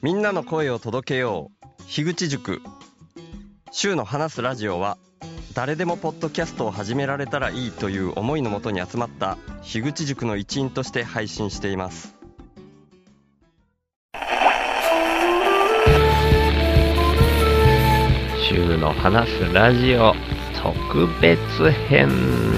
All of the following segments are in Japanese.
みんなの声を届けよう。樋口塾。週の話すラジオは誰でもポッドキャストを始められたらいいという思いのもとに集まった樋口塾の一員として配信しています。 週の話すラジオ特別編。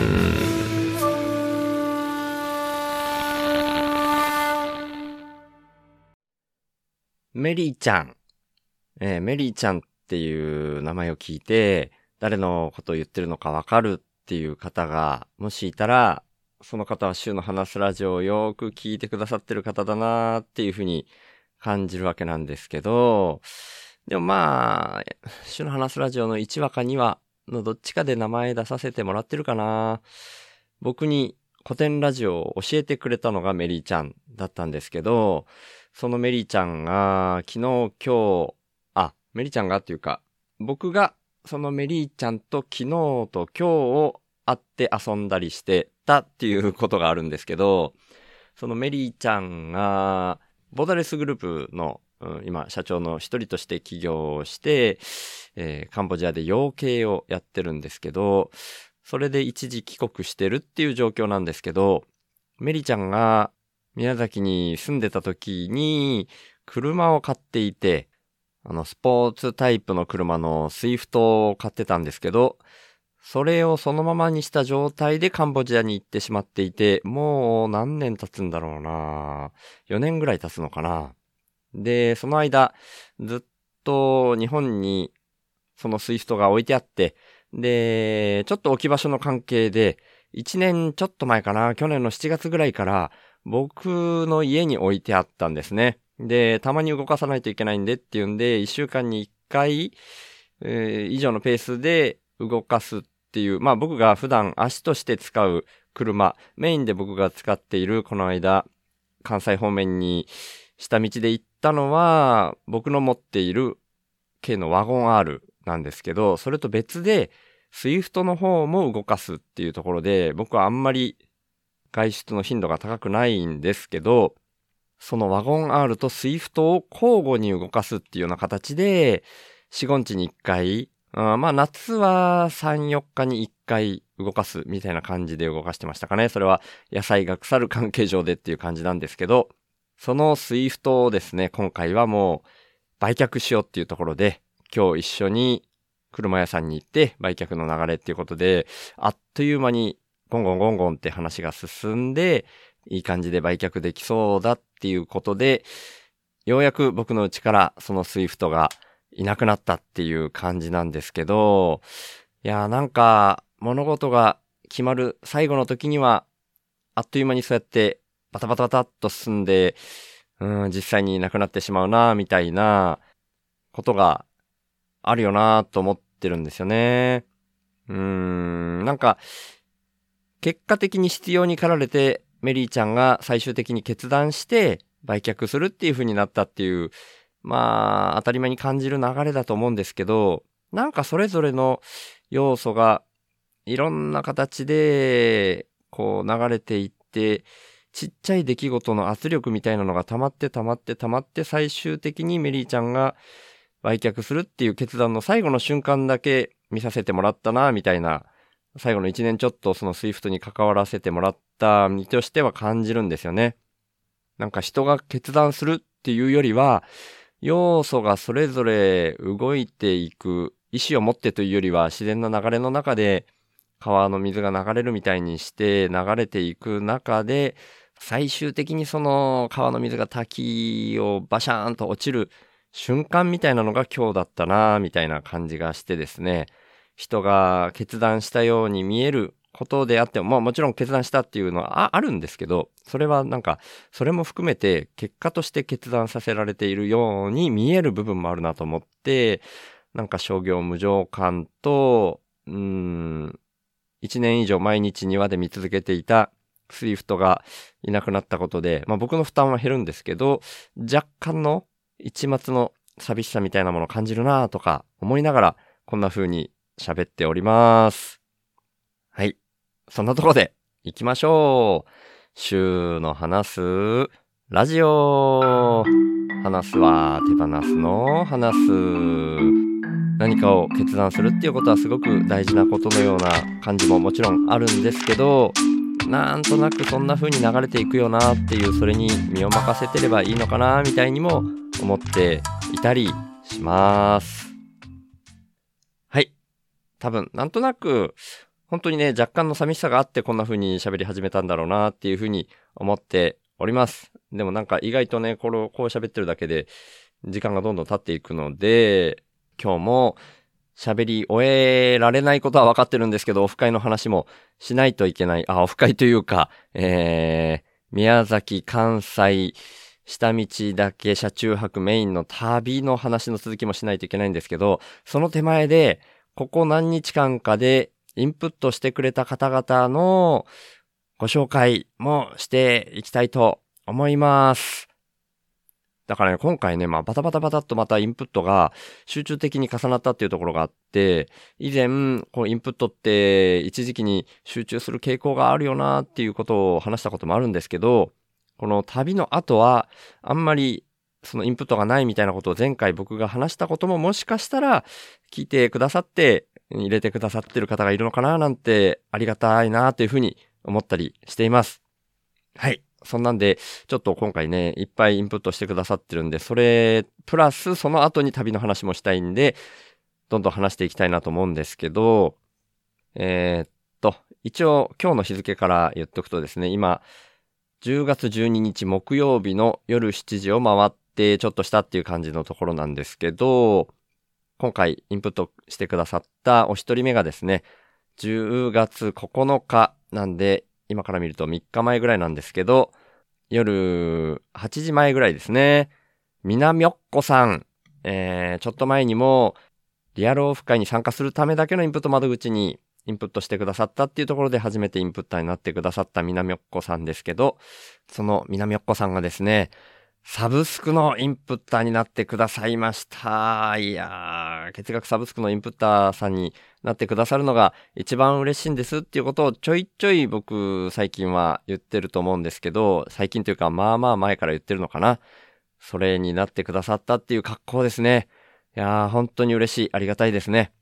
メリーちゃん、メリーちゃんっていう名前を聞いて誰のことを言ってるのかわかるっていう方がもしいたら、その方は週の話すラジオをよく聞いてくださってる方だなっていうふうに感じるわけなんですけど、でもまあ週の話すラジオの1話か2話のどっちかで名前出させてもらってるかな。僕に古典ラジオを教えてくれたのがメリーちゃんだったんですけど、そのメリーちゃんが昨日今日メリーちゃんがっていうか、僕がそのメリーちゃんと昨日と今日を会って遊んだりしてたっていうことがあるんですけど、そのメリーちゃんがボーダレスグループの今社長の一人として起業をして、カンボジアで養鶏をやってるんですけど、それで一時帰国してるっていう状況なんですけど、メリーちゃんが宮崎に住んでた時に車を買っていて、スポーツタイプの車のスイフトを買ってたんですけど、それをそのままにした状態でカンボジアに行ってしまっていて、もう何年経つんだろうな。4年ぐらい経つのかな。で、その間、ずっと日本にそのスイフトが置いてあって、で、ちょっと置き場所の関係で、1年ちょっと前かな、去年の7月ぐらいから僕の家に置いてあったんですね。で、たまに動かさないといけないんでっていうんで、1週間に1回、以上のペースで動かすっていう、まあ僕が普段足として使う車、メインで僕が使っているこの間、関西方面に下道で行ったのは、僕の持っている軽のワゴン R なんですけど、それと別で、スイフトの方も動かすっていうところで、僕はあんまり外出の頻度が高くないんですけど、そのワゴン R とスイフトを交互に動かすっていうような形で、4、5日に1回、まあ夏は3、4日に1回動かすみたいな感じで動かしてましたかね。それは野菜が腐る関係上でっていう感じなんですけど、そのスイフトをですね、今回はもう売却しようっていうところで、今日一緒に車屋さんに行って売却の流れっていうことで、あっという間にゴンゴンゴンゴンって話が進んで、いい感じで売却できそうだっていうことで、ようやく僕の家からそのスイフトがいなくなったっていう感じなんですけど、いやーなんか物事が決まる最後の時には、あっという間にそうやってバタバタバタっと進んで、実際になくなってしまうなみたいなことがあるよなと思ってるんですよね。なんか結果的に必要に駆られてメリーちゃんが最終的に決断して売却するっていう風になったっていう、まあ当たり前に感じる流れだと思うんですけど、なんかそれぞれの要素がいろんな形でこう流れていって、ちっちゃい出来事の圧力みたいなのが溜まって最終的にメリーちゃんが売却するっていう決断の最後の瞬間だけ見させてもらったなみたいな、最後の1年ちょっとそのスイフトに関わらせてもらった身としては感じるんですよね。なんか人が決断するっていうよりは、要素がそれぞれ動いていく、意思を持ってというよりは自然な流れの中で川の水が流れるみたいにして流れていく中で、最終的にその川の水が滝をバシャーンと落ちる瞬間みたいなのが今日だったなみたいな感じがしてですね、人が決断したように見えることであっても、まあもちろん決断したっていうのはあるんですけど、それはなんかそれも含めて結果として決断させられているように見える部分もあるなと思って、なんか商業無常感と1年以上毎日庭で見続けていたスイフトがいなくなったことで、まあ僕の負担は減るんですけど、若干の一末の寂しさみたいなものを感じるなとか思いながらこんな風に喋っております。はい。そんなところで行きましょう。週の話すラジオ。話すは手放すの話す。何かを決断するっていうことはすごく大事なことのような感じももちろんあるんですけど、なんとなくそんな風に流れていくよなっていう、それに身を任せてればいいのかなみたいにも思っていたりします。はい。多分なんとなく本当にね、若干の寂しさがあってこんな風に喋り始めたんだろうなっていう風に思っております。でもなんか意外とね、こう喋ってるだけで時間がどんどん経っていくので、今日も喋り終えられないことは分かってるんですけど、オフ会の話もしないといけない。オフ会というか、宮崎、関西、下道だけ車中泊メインの旅の話の続きもしないといけないんですけど、その手前で、ここ何日間かでインプットしてくれた方々のご紹介もしていきたいと思います。だからね、今回ね、バタバタバタっとまたインプットが集中的に重なったっていうところがあって、以前、こうインプットって一時期に集中する傾向があるよなっていうことを話したこともあるんですけど、この旅の後はあんまりそのインプットがないみたいなことを前回僕が話したことももしかしたら聞いてくださって入れてくださってる方がいるのかななんてありがたいなというふうに思ったりしています。はい。そんなんで、ちょっと今回ね、いっぱいインプットしてくださってるんで、それ、プラスその後に旅の話もしたいんで、どんどん話していきたいなと思うんですけど、一応今日の日付から言っておくとですね、今、10月12日木曜日の夜7時を回ってちょっとしたっていう感じのところなんですけど、今回インプットしてくださったお一人目がですね、10月9日なんで、今から見ると3日前ぐらいなんですけど、夜8時前ぐらいですね。みなみょっこさん。ちょっと前にもリアルオフ会に参加するためだけのインプット窓口にインプットしてくださったっていうところで初めてインプッターになってくださったみなみょっこさんですけど、そのみなみょっこさんがですね、サブスクのインプッターになってくださいました。いやー、月額サブスクのインプッターさんになってくださるのが一番嬉しいんですっていうことをちょいちょい僕最近は言ってると思うんですけど、最近というかまあまあ前から言ってるのかな。それになってくださったっていう格好ですね。いやー、本当に嬉しい。ありがたいですね。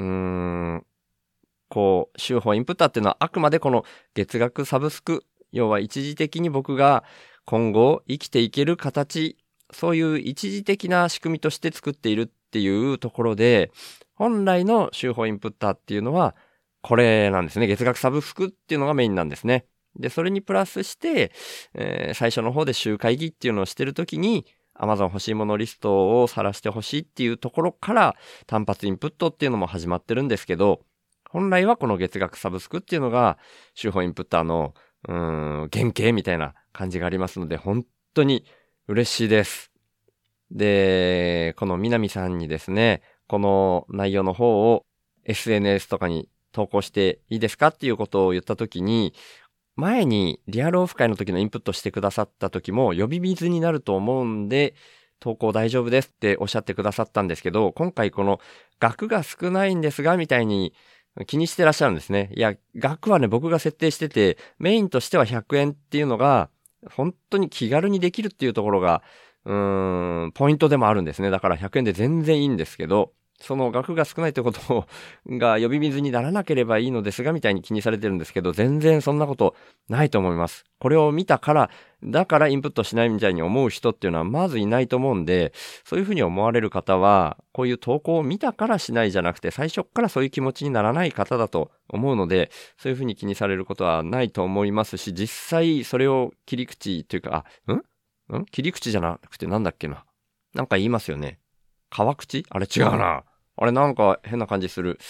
週報インプッターっていうのはあくまでこの月額サブスク、要は一時的に僕が今後生きていける形、そういう一時的な仕組みとして作っているっていうところで、本来の週報インプッターっていうのはこれなんですね。月額サブスクっていうのがメインなんですね。で、それにプラスして、最初の方で週会議っていうのをしてるときに Amazon 欲しいものリストを晒してほしいっていうところから単発インプットっていうのも始まってるんですけど、本来はこの月額サブスクっていうのが週報インプッターの原型みたいな感じがありますので、本当に嬉しいです。で、この南さんにですね、この内容の方を SNS とかに投稿していいですかっていうことを言ったときに、前にリアルオフ会の時のインプットしてくださった時も呼び水になると思うんで、投稿大丈夫ですっておっしゃってくださったんですけど、今回この額が少ないんですが、みたいに気にしてらっしゃるんですね。いや、額はね、僕が設定してて、メインとしては100円っていうのが、本当に気軽にできるっていうところが、ポイントでもあるんですね。だから100円で全然いいんですけど、その額が少ないってことが呼び水にならなければいいのですが、みたいに気にされてるんですけど、全然そんなことないと思います。これを見たから、だからインプットしないみたいに思う人っていうのはまずいないと思うんで、そういうふうに思われる方は、こういう投稿を見たからしないじゃなくて、最初からそういう気持ちにならない方だと思うので、そういうふうに気にされることはないと思いますし、実際それを切り口というか、切り口じゃなくてなんだっけな。なんか言いますよね。川口？あれ違うな。あれなんか変な感じする。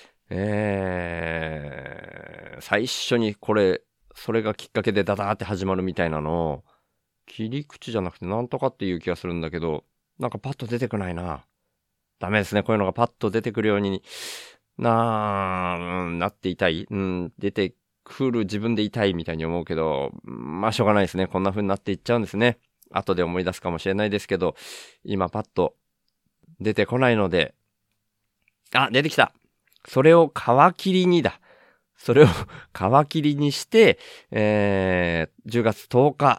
最初にそれがきっかけでダダーって始まるみたいなの、切り口じゃなくてなんとかっていう気がするんだけど、なんかパッと出てこないな。ダメですね。こういうのがパッと出てくるようになっていたい。出てくる自分でいたいみたいに思うけど、まあしょうがないですね。こんな風になっていっちゃうんですね。後で思い出すかもしれないですけど、今パッと出てこないので、出てきた。それを皮切りにだ。それを皮切りにして、10月10日、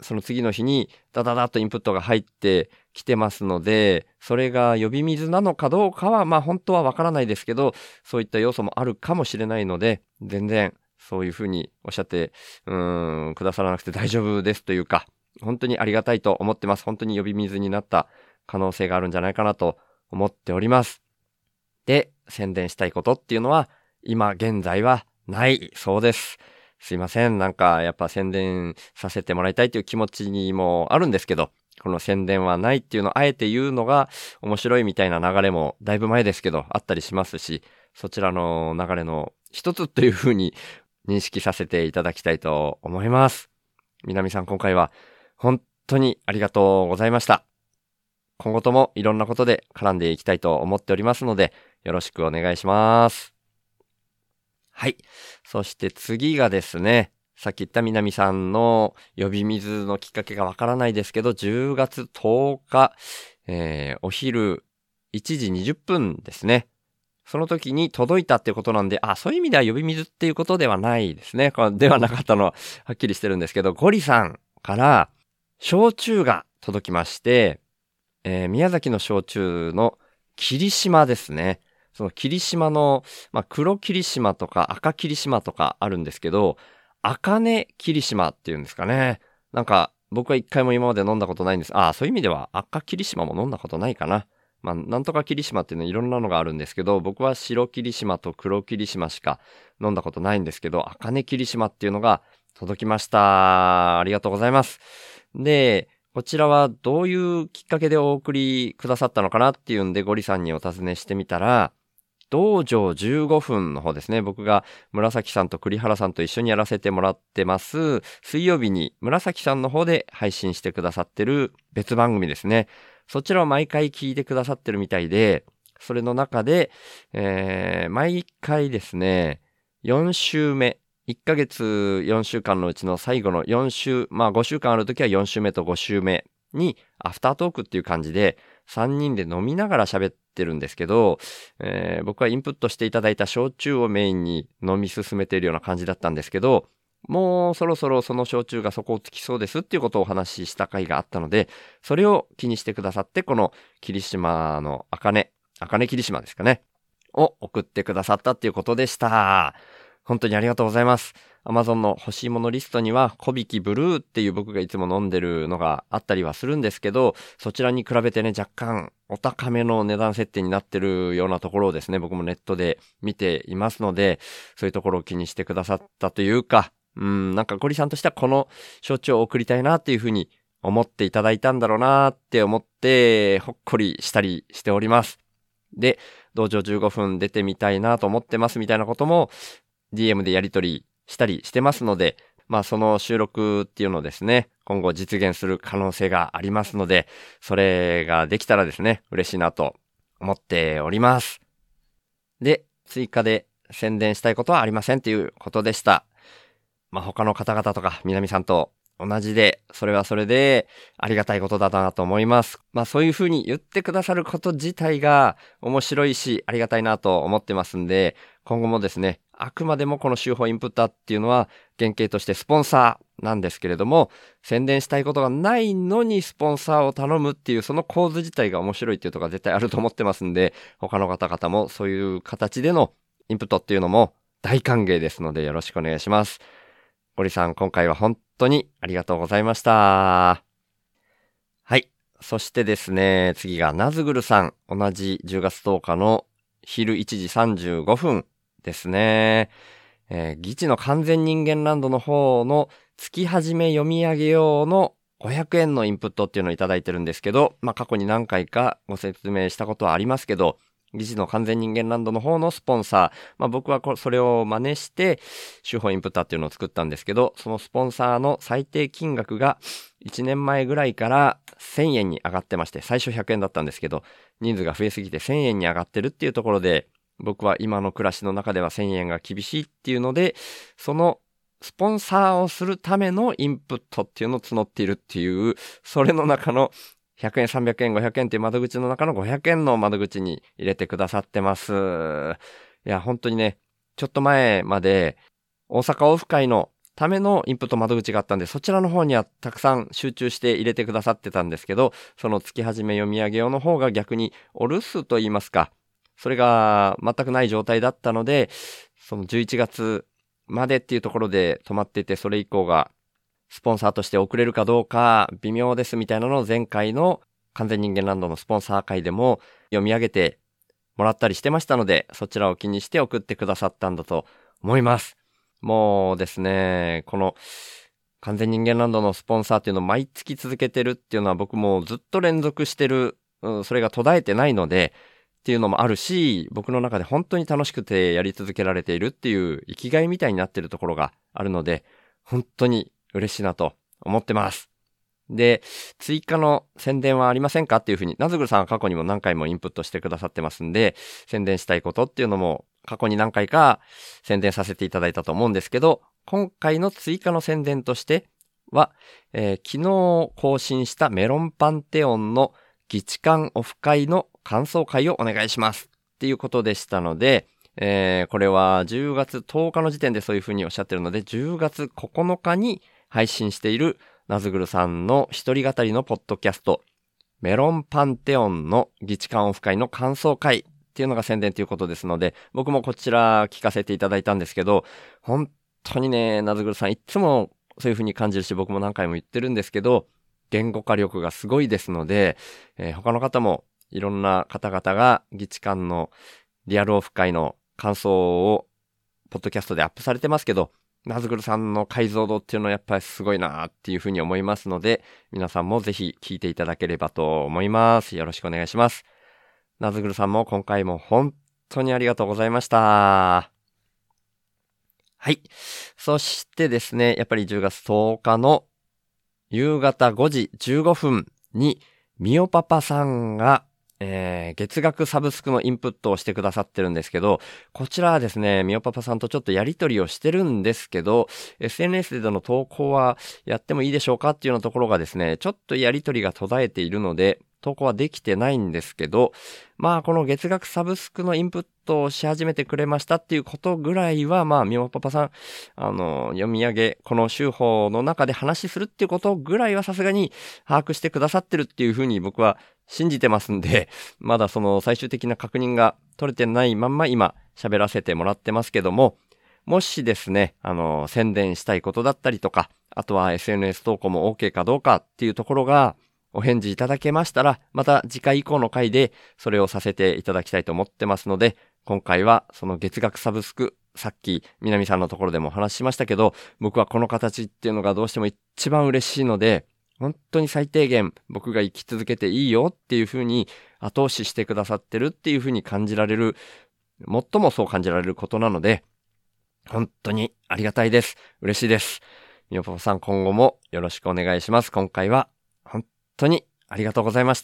その次の日にダダダッとインプットが入ってきてますので、それが呼び水なのかどうかは本当はわからないですけど、そういった要素もあるかもしれないので、全然そういうふうにおっしゃってくださらなくて大丈夫ですというか、本当にありがたいと思ってます。本当に呼び水になった可能性があるんじゃないかなと思っております。で、宣伝したいことっていうのは今現在はないそうです。すいません。やっぱ宣伝させてもらいたいという気持ちにもあるんですけど、この宣伝はないっていうのをあえて言うのが面白いみたいな流れもだいぶ前ですけどあったりしますし、そちらの流れの一つというふうに認識させていただきたいと思います。南さん、今回は本当にありがとうございました。今後ともいろんなことで絡んでいきたいと思っておりますので、よろしくお願いします。はい。そして次がですね、さっき言った南さんの呼び水のきっかけがわからないですけど、10月10日、お昼1時20分ですね。その時に届いたってことなんで、そういう意味では呼び水っていうことではないですね。ではなかったのははっきりしてるんですけど、ゴリさんから焼酎が届きまして、宮崎の焼酎の霧島ですね。その霧島の、黒霧島とか赤霧島とかあるんですけど、茜霧島っていうんですかね。僕は一回も今まで飲んだことないんです。そういう意味では赤霧島も飲んだことないかな。なんとか霧島っていうのいろんなのがあるんですけど、僕は白霧島と黒霧島しか飲んだことないんですけど、茜霧島っていうのが届きました。ありがとうございます。で、こちらはどういうきっかけでお送りくださったのかなっていうんで、ゴリさんにお尋ねしてみたら、道場15分の方ですね。僕が紫さんと栗原さんと一緒にやらせてもらってます。水曜日に紫さんの方で配信してくださってる別番組ですね。そちらを毎回聞いてくださってるみたいで、それの中で、毎回ですね、4週目、1ヶ月4週間のうちの最後の4週、5週間あるときは4週目と5週目にアフタートークっていう感じで3人で飲みながら喋ってるんですけど、僕はインプットしていただいた焼酎をメインに飲み進めているような感じだったんですけど、もうそろそろその焼酎が底をつきそうですっていうことをお話しした回があったので、それを気にしてくださって、この霧島の茜霧島ですかね、を送ってくださったっていうことでした。本当にありがとうございます。Amazon の欲しいものリストには、小引きブルーっていう僕がいつも飲んでるのがあったりはするんですけど、そちらに比べてね、若干お高めの値段設定になってるようなところをですね、僕もネットで見ていますので、そういうところを気にしてくださったというか、ゴリさんとしてはこの焼酎を送りたいなっていうふうに思っていただいたんだろうなって思って、ほっこりしたりしております。で、道場15分出てみたいなと思ってますみたいなことも、DM でやり取りしたりしてますので、その収録っていうのをですね、今後実現する可能性がありますので、それができたらですね、嬉しいなと思っております。で、追加で宣伝したいことはありませんということでした。他の方々とか南さんと同じで、それはそれでありがたいことだなと思います。そういうふうに言ってくださること自体が面白いし、ありがたいなと思ってますんで、今後もですね、あくまでもこの週報インプッターっていうのは原型としてスポンサーなんですけれども、宣伝したいことがないのにスポンサーを頼むっていうその構図自体が面白いっていうところが絶対あると思ってますんで、他の方々もそういう形でのインプットっていうのも大歓迎ですのでよろしくお願いします。ゴリさん、今回は本当にありがとうございました。はい。そしてですね、次がナズグルさん。同じ10月10日の昼1時35分ですね。議事の完全人間ランドの方の月始め読み上げ用の500円のインプットっていうのをいただいてるんですけど、過去に何回かご説明したことはありますけど、議事の完全人間ランドの方のスポンサー、僕はそれを真似して手法インプッターっていうのを作ったんですけど、そのスポンサーの最低金額が1年前ぐらいから1000円に上がってまして、最初100円だったんですけど、人数が増えすぎて1000円に上がってるっていうところで、僕は今の暮らしの中では1000円が厳しいっていうので、そのスポンサーをするためのインプットっていうのを募っているっていう、それの中の100円、300円、500円っていう窓口の中の500円の窓口に入れてくださってます。いや、本当にね、ちょっと前まで大阪オフ会のためのインプット窓口があったんで、そちらの方にはたくさん集中して入れてくださってたんですけど、その月始め読み上げ用の方が逆にお留守と言いますか、それが全くない状態だったので、その11月までっていうところで止まってて、それ以降がスポンサーとして送れるかどうか微妙ですみたいなのを前回の完全人間ランドのスポンサー会でも読み上げてもらったりしてましたので、そちらを気にして送ってくださったんだと思います。もうですね、この完全人間ランドのスポンサーっていうのを毎月続けてるっていうのは僕もずっと連続してる、それが途絶えてないのでっていうのもあるし、僕の中で本当に楽しくてやり続けられているっていう生きがいみたいになってるところがあるので、本当に嬉しいなと思ってます。で、追加の宣伝はありませんかっていうふうに、ナズグルさんは過去にも何回もインプットしてくださってますんで、宣伝したいことっていうのも過去に何回か宣伝させていただいたと思うんですけど、今回の追加の宣伝としては、昨日更新したメロンパンテオンの議事館オフ会の感想会をお願いしますっていうことでしたので、これは10月10日の時点でそういうふうにおっしゃってるので、10月9日に配信しているナズグルさんの一人語りのポッドキャスト、メロンパンテオンの議事館オフ会の感想会っていうのが宣伝ということですので、僕もこちら聞かせていただいたんですけど、本当にね、ナズグルさんいつもそういう風に感じるし、僕も何回も言ってるんですけど、言語化力がすごいですので、他の方もいろんな方々が議事館のリアルオフ会の感想をポッドキャストでアップされてますけど、ナズグルさんの解像度っていうのはやっぱりすごいなっていうふうに思いますので、皆さんもぜひ聞いていただければと思います。よろしくお願いします。ナズグルさんも今回も本当にありがとうございました。はい。そしてですね、やっぱり10月10日の夕方5時15分にミオパパさんが月額サブスクのインプットをしてくださってるんですけど、こちらはですね、みおパパさんとちょっとやりとりをしてるんですけど、SNS での投稿はやってもいいでしょうかっていうようなところがですね、ちょっとやりとりが途絶えているので、投稿はできてないんですけど、まあこの月額サブスクのインプットをし始めてくれましたっていうことぐらいは、まあみおパパさん、読み上げ、この週報の中で話するっていうことぐらいはさすがに把握してくださってるっていうふうに僕は信じてますんで、まだその最終的な確認が取れてないまんま今喋らせてもらってますけども、もしですね、宣伝したいことだったりとか、あとは SNS 投稿も OK かどうかっていうところがお返事いただけましたら、また次回以降の回でそれをさせていただきたいと思ってますので、今回はその月額サブスク、さっき南さんのところでもお話ししましたけど、僕はこの形っていうのがどうしても一番嬉しいので、本当に最低限僕が生き続けていいよっていう風に後押ししてくださってるっていう風に感じられる、最もそう感じられることなので、本当にありがたいです。嬉しいです。みおパパさん今後もよろしくお願いします。今回は本当にありがとうございました。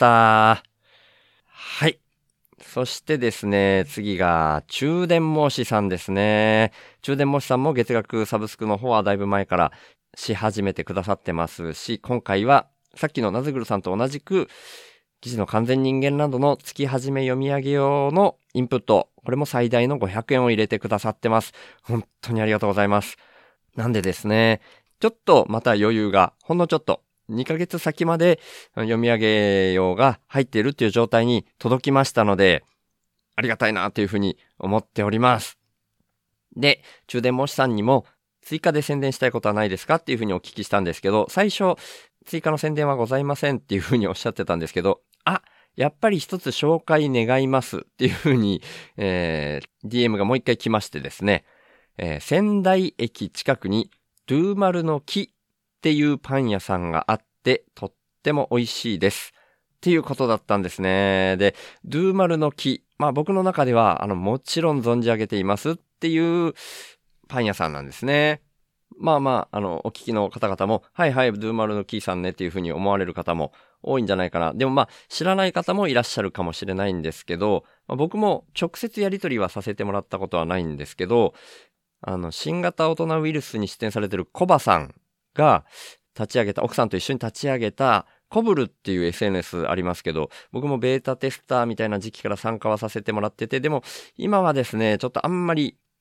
はい。そしてですね、次が中電申しさんですね。中電申しさんも月額サブスクの方はだいぶ前からし始めてくださってますし、今回はさっきのナズグルさんと同じく記事の完全人間ランドの月始め読み上げ用のインプット、これも最大の500円を入れてくださってます。本当にありがとうございます。なんでですね、ちょっとまた余裕がほんのちょっと2ヶ月先まで読み上げ用が入っているっていう状態に届きましたので、ありがたいなというふうに思っております。で、中電申しさんにも追加で宣伝したいことはないですかっていうふうにお聞きしたんですけど、最初追加の宣伝はございませんっていうふうにおっしゃってたんですけど、やっぱり一つ紹介願いますっていうふうに、DM がもう一回来ましてですね、仙台駅近くにドゥーマルの木っていうパン屋さんがあってとっても美味しいですっていうことだったんですね。で、ドゥーマルの木、まあ僕の中ではもちろん存じ上げていますっていうパン屋さんなんですね。まあまあ、お聞きの方々も、はいはい、ドゥーマルのキーさんねっていうふうに思われる方も多いんじゃないかな。でもまあ、知らない方もいらっしゃるかもしれないんですけど、僕も直接やり取りはさせてもらったことはないんですけど、新型大人ウイルスに出展されてるコバさんが立ち上げた、奥さんと一緒に立ち上げた、コブルっていう SNS ありますけど、僕もベータテスターみたいな時期から参加はさせてもらってて、でも今はですね、ちょっとあんまり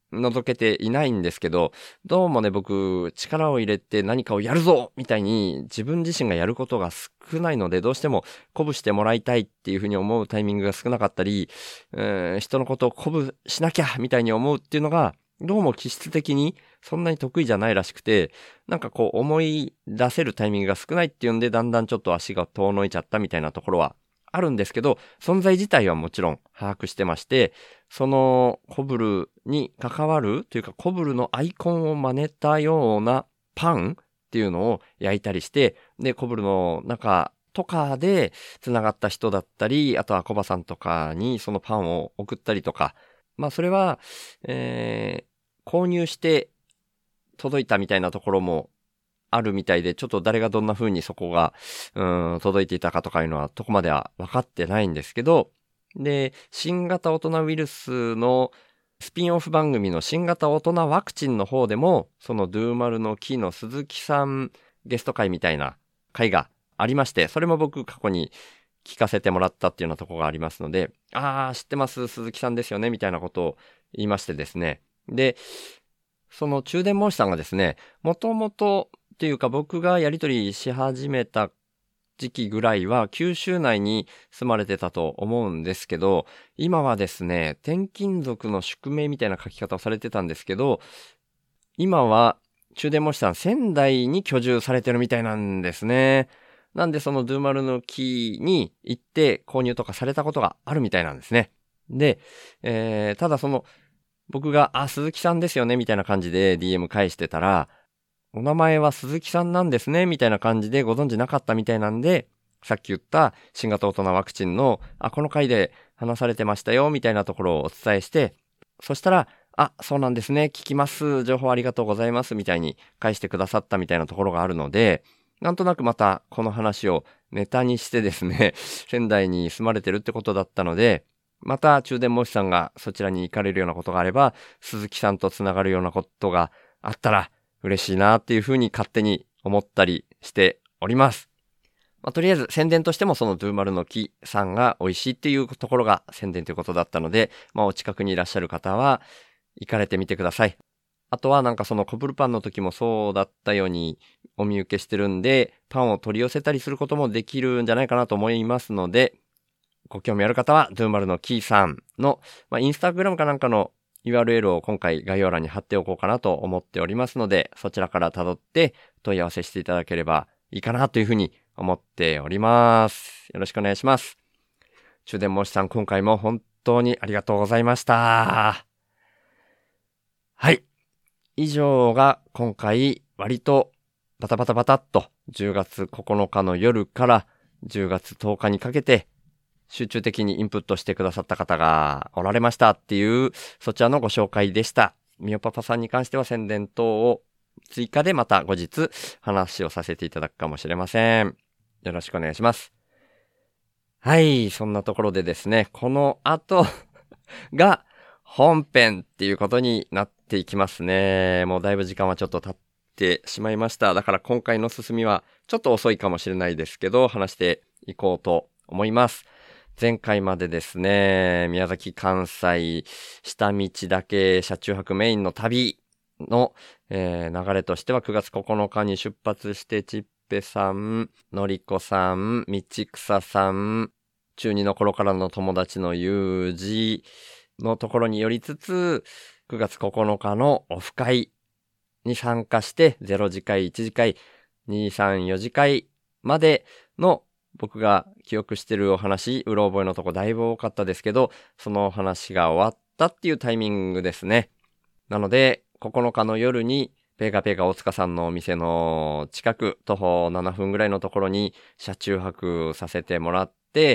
覗けていないんですけど、どうもね、僕、力を入れて何かをやるぞみたいに自分自身がやることが少ないので、どうしても鼓舞してもらいたいっていうふうに思うタイミングが少なかったり、人のことを鼓舞しなきゃみたいに思うっていうのが、どうも気質的にそんなに得意じゃないらしくて、なんかこう思い出せるタイミングが少ないっていうんで、だんだんちょっと足が遠のいちゃったみたいなところはあるんですけど、存在自体はもちろん把握してまして、そのコブルに関わるというか、コブルのアイコンを真似たようなパンっていうのを焼いたりして、で、コブルの中とかで繋がった人だったり、あとはコバさんとかにそのパンを送ったりとか、まあそれは、購入して届いたみたいなところもあるみたいで、ちょっと誰がどんな風にそこが、届いていたかとかいうのは、どこまでは分かってないんですけど、で、新型大人ウイルスのスピンオフ番組の新型大人ワクチンの方でも、そのドゥーマルの木の鈴木さんゲスト会みたいな会がありまして、それも僕過去に聞かせてもらったっていうようなところがありますので、知ってます、鈴木さんですよね、みたいなことを言いましてですね。で、その中電申しさんがですね、もともとっていうか僕がやり取りし始めた時期ぐらいは九州内に住まれてたと思うんですけど、今はですね、転勤族の宿命みたいな書き方をされてたんですけど、今は中電申しさん仙台に居住されてるみたいなんですね。なんでそのドゥーマルの木に行って購入とかされたことがあるみたいなんですね。で、ただその僕が、鈴木さんですよねみたいな感じで DM 返してたら、お名前は鈴木さんなんですねみたいな感じでご存知なかったみたいなんで、さっき言った新型大人ワクチンの、この回で話されてましたよみたいなところをお伝えして、そしたら、そうなんですね、聞きます、情報ありがとうございますみたいに返してくださったみたいなところがあるので、なんとなくまたこの話をネタにしてですね、仙台に住まれてるってことだったので、また中電申しさんがそちらに行かれるようなことがあれば、鈴木さんとつながるようなことがあったら嬉しいなっていうふうに勝手に思ったりしております。とりあえず宣伝としてもそのドゥーマルの木さんが美味しいっていうところが宣伝ということだったので、お近くにいらっしゃる方は行かれてみてください。あとはなんかそのコブルパンの時もそうだったようにお見受けしてるんで、パンを取り寄せたりすることもできるんじゃないかなと思いますので、ご興味ある方は、ドゥーマルのキーさんの、インスタグラムかなんかの URL を今回概要欄に貼っておこうかなと思っておりますので、そちらから辿って問い合わせしていただければいいかなというふうに思っております。よろしくお願いします。中電申しさん、今回も本当にありがとうございました。はい。以上が今回割とバタバタバタっと10月9日の夜から10月10日にかけて集中的にインプットしてくださった方がおられましたっていう、そちらのご紹介でした。みおパパさんに関しては宣伝等を追加でまた後日話をさせていただくかもしれません。よろしくお願いします。はい、そんなところでですね、この後が本編っていうことになっていきますね。もうだいぶ時間はちょっと経ってしまいました。だから今回の進みはちょっと遅いかもしれないですけど、話していこうと思います。前回までですね、宮崎関西下道だけ車中泊メインの旅の、流れとしては9月9日に出発してちっぺさん、のりこさん、みちくささん、中2の頃からの友達のゆうじのところに寄りつつ、9月9日のオフ会に参加して0次会、1次会、2、3、4次会までの僕が記憶してるお話、うろ覚えのとこだいぶ多かったですけど、そのお話が終わったっていうタイミングですね。なので、9日の夜に、ペーガペーガ大塚さんのお店の近く、徒歩7分ぐらいのところに車中泊させてもらって、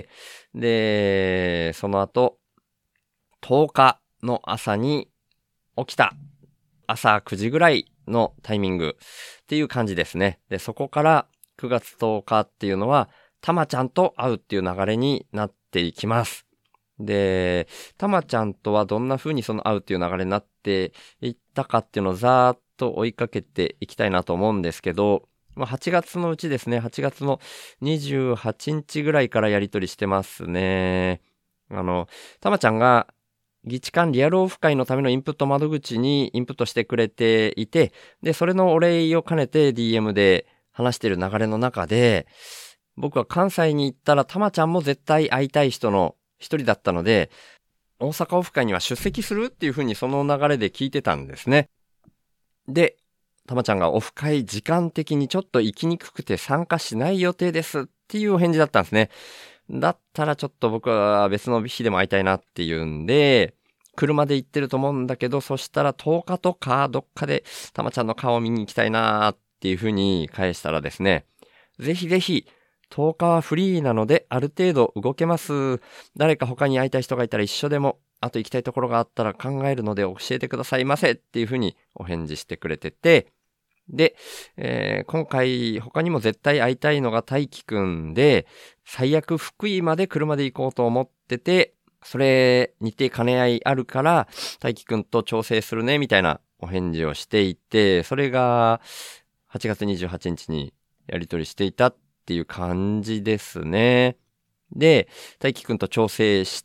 で、その後、10日の朝に起きた。朝9時ぐらいのタイミングっていう感じですね。で、そこから9月10日っていうのは、たまちゃんと会うっていう流れになっていきます。で、たまちゃんとはどんな風にその会うっていう流れになっていったかっていうのをざーっと追いかけていきたいなと思うんですけど、8月のうちですね、8月の28日ぐらいからやり取りしてますね。たまちゃんが議事館リアルオフ会のためのインプット窓口にインプットしてくれていて、で、それのお礼を兼ねて DM で話している流れの中で、僕は関西に行ったらたまちゃんも絶対会いたい人の一人だったので、大阪オフ会には出席するっていうふうにその流れで聞いてたんですね。で、たまちゃんがオフ会時間的にちょっと行きにくくて参加しない予定ですっていうお返事だったんですね。だったらちょっと僕は別の日でも会いたいなっていうんで、車で行ってると思うんだけど、そしたら10日とかどっかでたまちゃんの顔を見に行きたいなっていうふうに返したらですね、ぜひぜひ10日はフリーなのである程度動けます。誰か他に会いたい人がいたら一緒でも、あと行きたいところがあったら考えるので教えてくださいませっていうふうにお返事してくれてて、で、今回他にも絶対会いたいのが大輝くんで、最悪福井まで車で行こうと思ってて、それ日程兼ね合いあるから大輝くんと調整するねみたいなお返事をしていて、それが8月28日にやり取りしていたっていう感じですね。で、大輝くんと調整して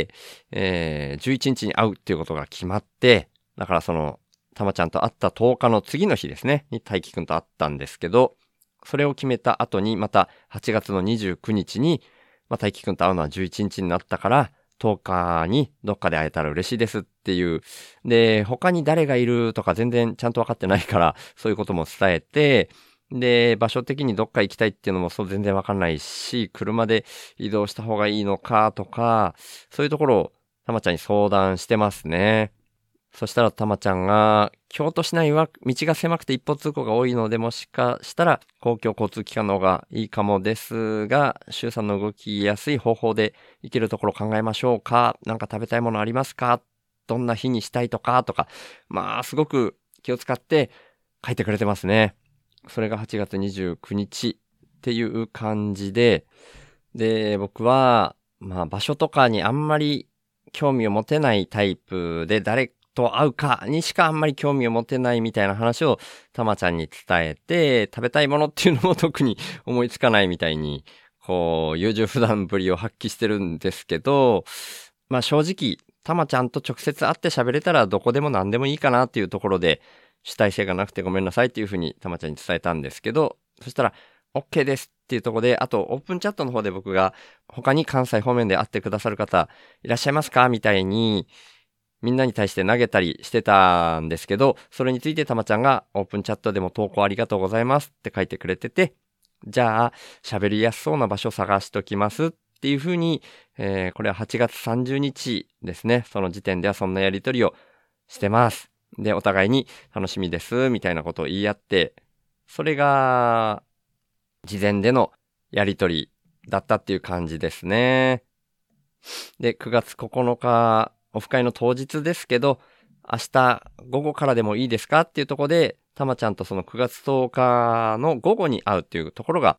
、11日に会うっていうことが決まって、だからそのたまちゃんと会った10日の次の日ですね、に大輝くんと会ったんですけど、それを決めた後にまた8月の29日に、大輝くんと会うのは11日になったから、10日にどっかで会えたら嬉しいですっていう。で、他に誰がいるとか全然ちゃんと分かってないから、そういうことも伝えて、で、場所的にどっか行きたいっていうのもそう全然分かんないし、車で移動した方がいいのかとか、そういうところをたまちゃんに相談してますね。そしたらたまちゃんが、京都市内は道が狭くて一方通行が多いので、もしかしたら公共交通機関の方がいいかもですが、周さんの動きやすい方法で行けるところ考えましょうか。なんか食べたいものありますか？どんな日にしたいとかとか、すごく気を使って書いてくれてますね。それが8月29日っていう感じで、で、僕は、場所とかにあんまり興味を持てないタイプで、誰と会うかにしかあんまり興味を持てないみたいな話をたまちゃんに伝えて、食べたいものっていうのも特に思いつかないみたいに、優柔不断ぶりを発揮してるんですけど、正直、たまちゃんと直接会って喋れたらどこでも何でもいいかなっていうところで、主体性がなくてごめんなさいっていうふうにたまちゃんに伝えたんですけど、そしたら OK ですっていうところで、あとオープンチャットの方で僕が他に関西方面で会ってくださる方いらっしゃいますかみたいにみんなに対して投げたりしてたんですけど、それについてたまちゃんがオープンチャットでも投稿ありがとうございますって書いてくれてて、じゃあ喋りやすそうな場所探しときますっていうふうに、これは8月30日ですね。その時点ではそんなやりとりをしてます。で、お互いに楽しみですみたいなことを言い合って、それが事前でのやりとりだったっていう感じですね。で、9月9日オフ会の当日ですけど、明日午後からでもいいですかっていうところで、たまちゃんとその9月10日の午後に会うっていうところが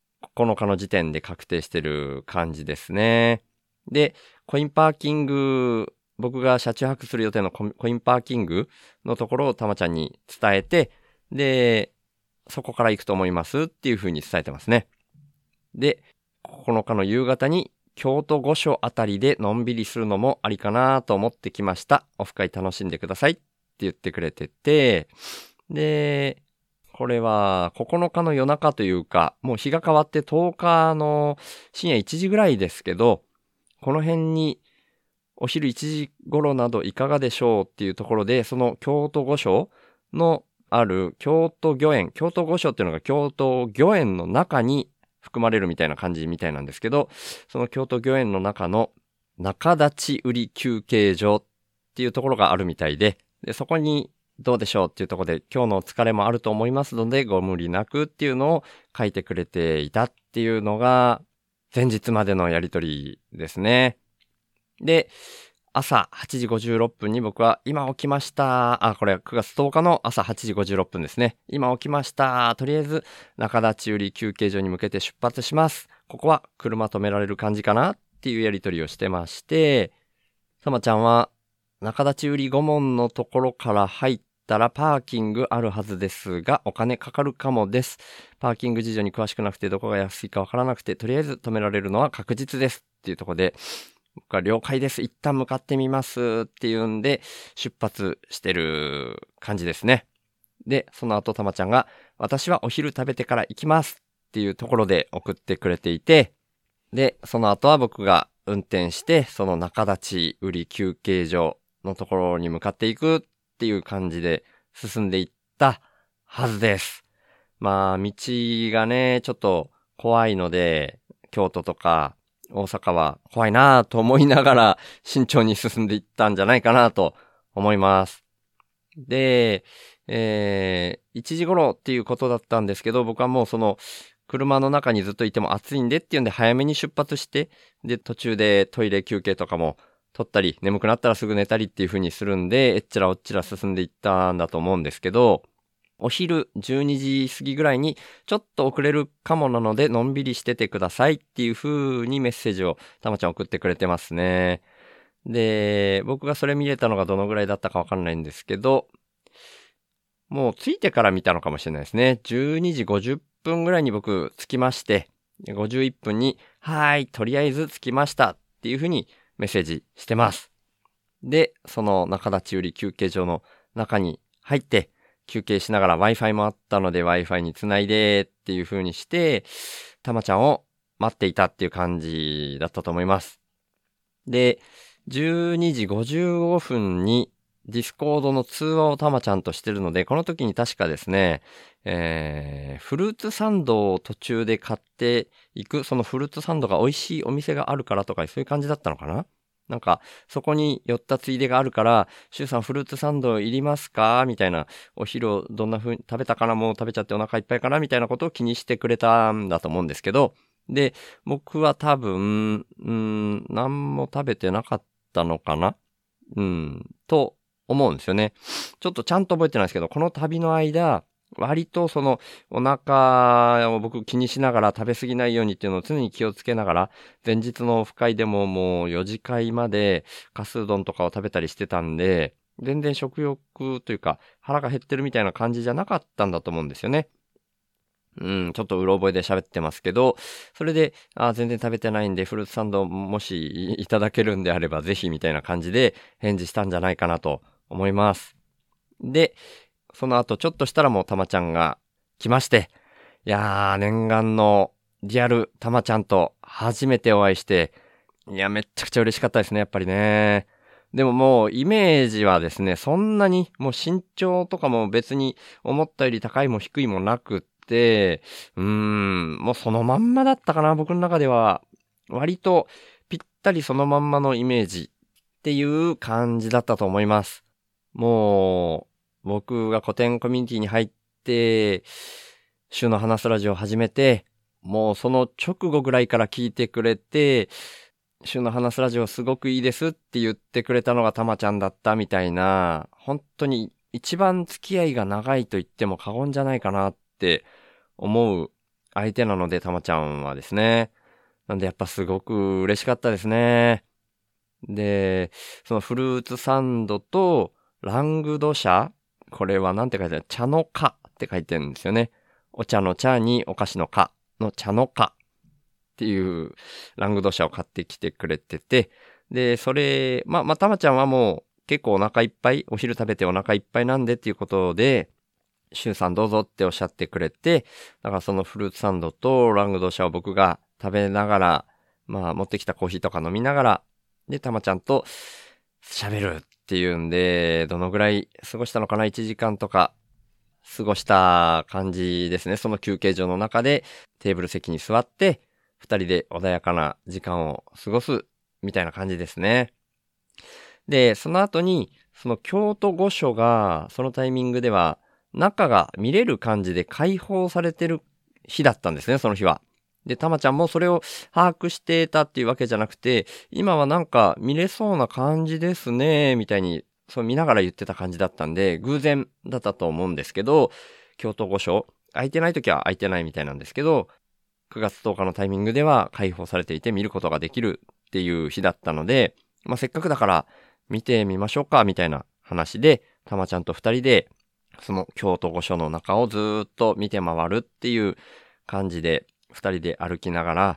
9日の時点で確定してる感じですね。で、コインパーキング、僕が車中泊する予定のコインパーキングのところをたまちゃんに伝えて、で、そこから行くと思いますっていう風に伝えてますね。で、9日の夕方に京都御所あたりでのんびりするのもありかなと思ってきました。オフ会楽しんでくださいって言ってくれてて、で、これは9日の夜中というか、もう日が変わって10日の深夜1時ぐらいですけど、この辺にお昼1時頃などいかがでしょうっていうところで、その京都御所のある京都御苑、京都御所っていうのが京都御苑の中に含まれるみたいな感じみたいなんですけど、その京都御苑の中の中立売休憩所っていうところがあるみたいで、そこにどうでしょうっていうところで今日のお疲れもあると思いますのでご無理なくっていうのを書いてくれていたっていうのが前日までのやりとりですね。で、朝8時56分に僕は今起きました。これは9月10日の朝8時56分ですね。今起きました。とりあえず中立売休憩所に向けて出発します。ここは車止められる感じかなっていうやりとりをしてまして、たまちゃんは中立売御門のところから入ったらパーキングあるはずですがお金かかるかもです。パーキング事情に詳しくなくてどこが安いかわからなくてとりあえず止められるのは確実ですっていうところで、 僕は了解です。一旦向かってみますっていうんで、出発してる感じですね。で、その後たまちゃんが、私はお昼食べてから行きますっていうところで送ってくれていて、で、その後は僕が運転して、その仲立売り休憩所のところに向かっていくっていう感じで進んでいったはずです。まあ、道がね、ちょっと怖いので、京都とか大阪は怖いなぁと思いながら慎重に進んでいったんじゃないかなと思います。で、1時頃っていうことだったんですけど、僕はもうその車の中にずっといても暑いんでっていうんで早めに出発して、で、途中でトイレ休憩とかも取ったり、眠くなったらすぐ寝たりっていう風にするんで、えっちらおっちら進んでいったんだと思うんですけど、お昼12時過ぎぐらいにちょっと遅れるかもなのでのんびりしててくださいっていう風にメッセージをたまちゃん送ってくれてますね。で、僕がそれ見れたのがどのぐらいだったかわかんないんですけど、もう着いてから見たのかもしれないですね。12時50分ぐらいに僕着きまして、51分に、とりあえず着きましたっていう風にメッセージしてます。で、その中立売り休憩所の中に入って、休憩しながら Wi-Fi もあったので Wi-Fi につないでっていう風にして、たまちゃんを待っていたっていう感じだったと思います。で、12時55分にディスコードの通話をたまちゃんとしてるので、この時に確かですね、フルーツサンドを途中で買っていく、そのフルーツサンドが美味しいお店があるからとか、そういう感じだったのかな？なんか、そこに寄ったついでがあるから、シュウさんフルーツサンドいりますかみたいな、お昼どんな風に食べたかな、もう食べちゃってお腹いっぱいかなみたいなことを気にしてくれたんだと思うんですけど、で、僕は多分、何も食べてなかったのかなと思うんですよね。ちょっとちゃんと覚えてないですけど、この旅の間、割とそのお腹を僕気にしながら食べ過ぎないようにっていうのを常に気をつけながら、前日のオフ会でももう4次会までかすうどんとかを食べたりしてたんで、全然食欲というか腹が減ってるみたいな感じじゃなかったんだと思うんですよね。ちょっとうろ覚えで喋ってますけど、それで、全然食べてないんで、フルーツサンドもしいただけるんであればぜひみたいな感じで返事したんじゃないかなと思います。で、その後ちょっとしたらもうたまちゃんが来まして、いやー、念願のリアルたまちゃんと初めてお会いして、いや、めっちゃくちゃ嬉しかったですね、やっぱりね。でももうイメージはですね、そんなにもう身長とかも別に思ったより高いも低いもなくって、もうそのまんまだったかな、僕の中では。割とぴったりそのまんまのイメージっていう感じだったと思います。もう、僕が古典コミュニティに入って、週の話すラジオを始めて、もうその直後ぐらいから聞いてくれて、週の話すラジオすごくいいですって言ってくれたのがたまちゃんだったみたいな、本当に一番付き合いが長いと言っても過言じゃないかなって思う相手なので、たまちゃんはですね。なんでやっぱすごく嬉しかったですね。で、そのフルーツサンドとラングドシャ、これはなんて書いてある？茶の花って書いてるんですよね。お茶の茶にお菓子の花の茶の花っていうラングドシャを買ってきてくれてて、で、それ、たまちゃんはもう結構お腹いっぱい、お昼食べてお腹いっぱいなんでっていうことで、シュウさんどうぞっておっしゃってくれて、だからそのフルーツサンドとラングドシャを僕が食べながら、持ってきたコーヒーとか飲みながら、で、たまちゃんと喋るっていうんで、どのぐらい過ごしたのかな？ 1 時間とか過ごした感じですね。その休憩所の中でテーブル席に座って、二人で穏やかな時間を過ごすみたいな感じですね。で、その後に、その京都御所が、そのタイミングでは、中が見れる感じで開放されてる日だったんですね、その日は。で、たまちゃんもそれを把握してたっていうわけじゃなくて、今はなんか見れそうな感じですね、みたいに、そう見ながら言ってた感じだったんで、偶然だったと思うんですけど、京都御所、空いてない時は空いてないみたいなんですけど、9月10日のタイミングでは開放されていて見ることができるっていう日だったので、せっかくだから見てみましょうか、みたいな話で、たまちゃんと二人で、その京都御所の中をずーっと見て回るっていう感じで、二人で歩きながら、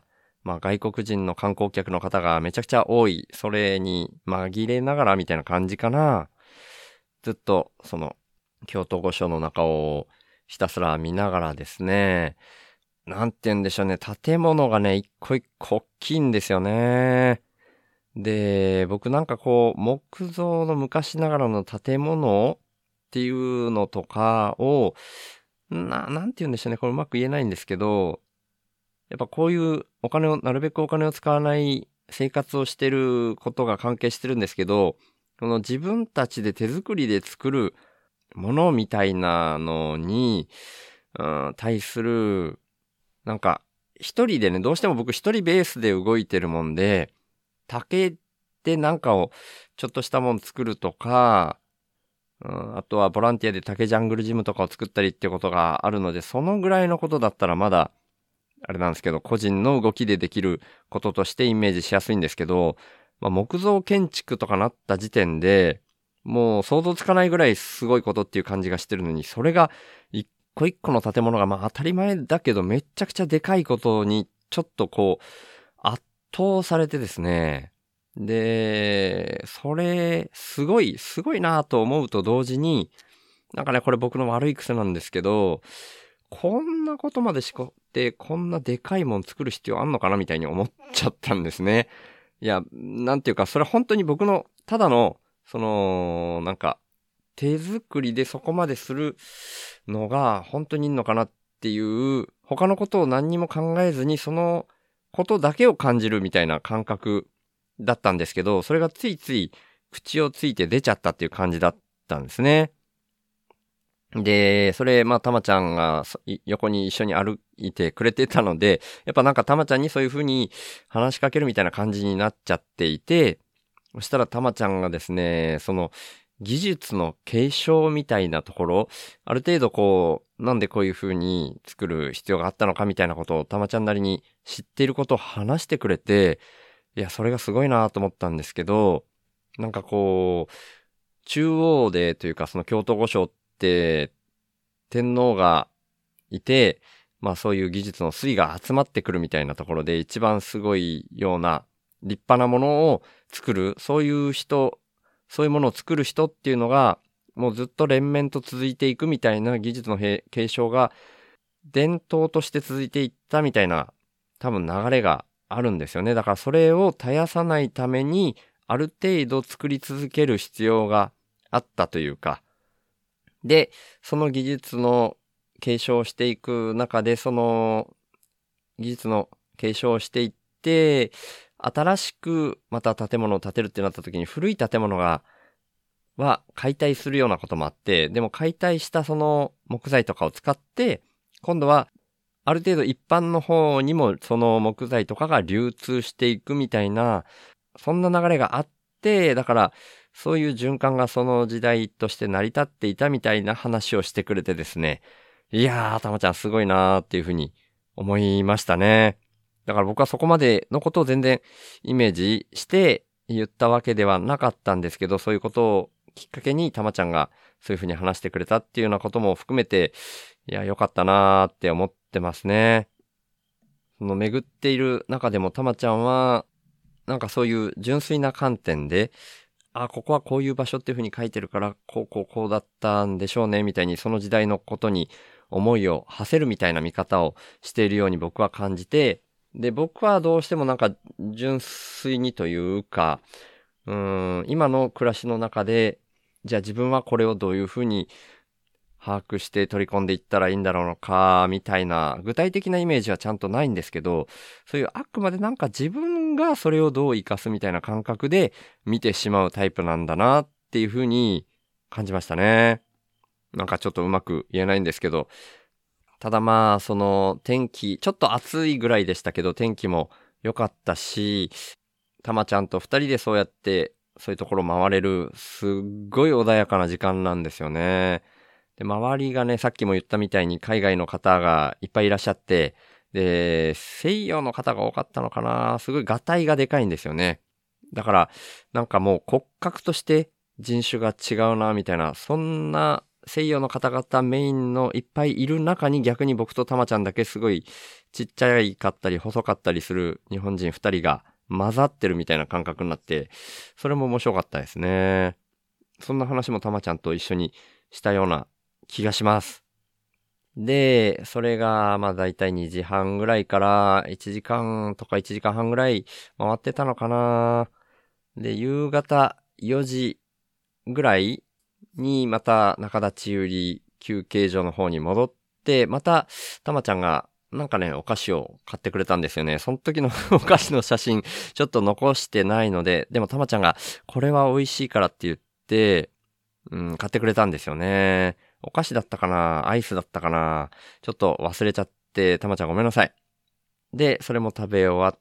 外国人の観光客の方がめちゃくちゃ多い。それに紛れながらみたいな感じかな。ずっとその京都御所の中をひたすら見ながらですね、なんて言うんでしょうね、建物がね、一個一個大きいんですよね。で、僕なんかこう、木造の昔ながらの建物っていうのとかを、なんて言うんでしょうね、これうまく言えないんですけど、やっぱこういうなるべくお金を使わない生活をしてることが関係してるんですけど、この自分たちで手作りで作るものみたいなのに、対する、なんか、一人でね、どうしても僕一人ベースで動いてるもんで、竹でなんかをちょっとしたもん作るとか、あとはボランティアで竹ジャングルジムとかを作ったりってことがあるので、そのぐらいのことだったらまだ、あれなんですけど、個人の動きでできることとしてイメージしやすいんですけど、木造建築とかなった時点で、もう想像つかないぐらいすごいことっていう感じがしてるのに、それが一個一個の建物が当たり前だけどめっちゃくちゃでかいことにちょっとこう圧倒されてですね。で、それすごいなと思うと同時に、なんかね、これ僕の悪い癖なんですけど、こんなことまでってこんなでかいもん作る必要あんのかなみたいに思っちゃったんですね。いや、なんていうか、それ本当に僕のただのなんか、手作りでそこまでするのが本当にいいのかなっていう、他のことを何にも考えずにそのことだけを感じるみたいな感覚だったんですけど、それがついつい口をついて出ちゃったっていう感じだったんですね。で、それ、たまちゃんが横に一緒に歩いてくれてたので、やっぱなんかたまちゃんにそういう風に話しかけるみたいな感じになっちゃっていて、そしたらたまちゃんがですね、その技術の継承みたいなところ、ある程度こう、なんでこういう風に作る必要があったのかみたいなことをたまちゃんなりに知っていることを話してくれて、いや、それがすごいなと思ったんですけど、なんかこう、中央でというかその京都御所って天皇がいて、そういう技術の粋が集まってくるみたいなところで一番すごいような立派なものを作る、そういうものを作る人っていうのがもうずっと連綿と続いていくみたいな技術の継承が伝統として続いていったみたいな多分流れがあるんですよね。だからそれを絶やさないためにある程度作り続ける必要があったというか、で、その技術の継承をしていく中で、その技術の継承をしていって、新しくまた建物を建てるってなった時に古い建物は解体するようなこともあって、でも解体したその木材とかを使って、今度はある程度一般の方にもその木材とかが流通していくみたいな、そんな流れがあって、だからそういう循環がその時代として成り立っていたみたいな話をしてくれてですね。いやー、たまちゃんすごいなーっていうふうに思いましたね。だから僕はそこまでのことを全然イメージして言ったわけではなかったんですけど、そういうことをきっかけにたまちゃんがそういうふうに話してくれたっていうようなことも含めて、いや、よかったなーって思ってますね。その巡っている中でもたまちゃんは、なんかそういう純粋な観点で、ここはこういう場所っていう風に書いてるから、こうだったんでしょうね、みたいにその時代のことに思いを馳せるみたいな見方をしているように僕は感じて、で、僕はどうしてもなんか純粋にというか、今の暮らしの中で、じゃあ自分はこれをどういう風に把握して取り込んでいったらいいんだろうのか、みたいな具体的なイメージはちゃんとないんですけど、そういうあくまでなんか自分がそれをどう活かすみたいな感覚で見てしまうタイプなんだなっていう風に感じましたね。なんかちょっとうまく言えないんですけど、ただその天気、ちょっと暑いぐらいでしたけど、天気も良かったし、たまちゃんと二人でそうやってそういうところ回れる、すっごい穏やかな時間なんですよね。で、周りがね、さっきも言ったみたいに海外の方がいっぱいいらっしゃって、で、西洋の方が多かったのかな。すごいガタイがでかいんですよね。だから、なんかもう骨格として人種が違うな、みたいな、そんな西洋の方々メインのいっぱいいる中に逆に僕とたまちゃんだけすごいちっちゃいかったり細かったりする日本人2人が混ざってるみたいな感覚になって、それも面白かったですね。そんな話もたまちゃんと一緒にしたような気がします。で、それがまあだいたい2時半ぐらいから1時間とか1時間半ぐらい回ってたのかな。で、夕方4時ぐらいにまた中立売り休憩所の方に戻って、またたまちゃんがなんかね、お菓子を買ってくれたんですよね。その時のお菓子の写真ちょっと残してないので、でもたまちゃんがこれは美味しいからって言って、買ってくれたんですよね。お菓子だったかな、アイスだったかな、ちょっと忘れちゃって、たまちゃんごめんなさい。で、それも食べ終わって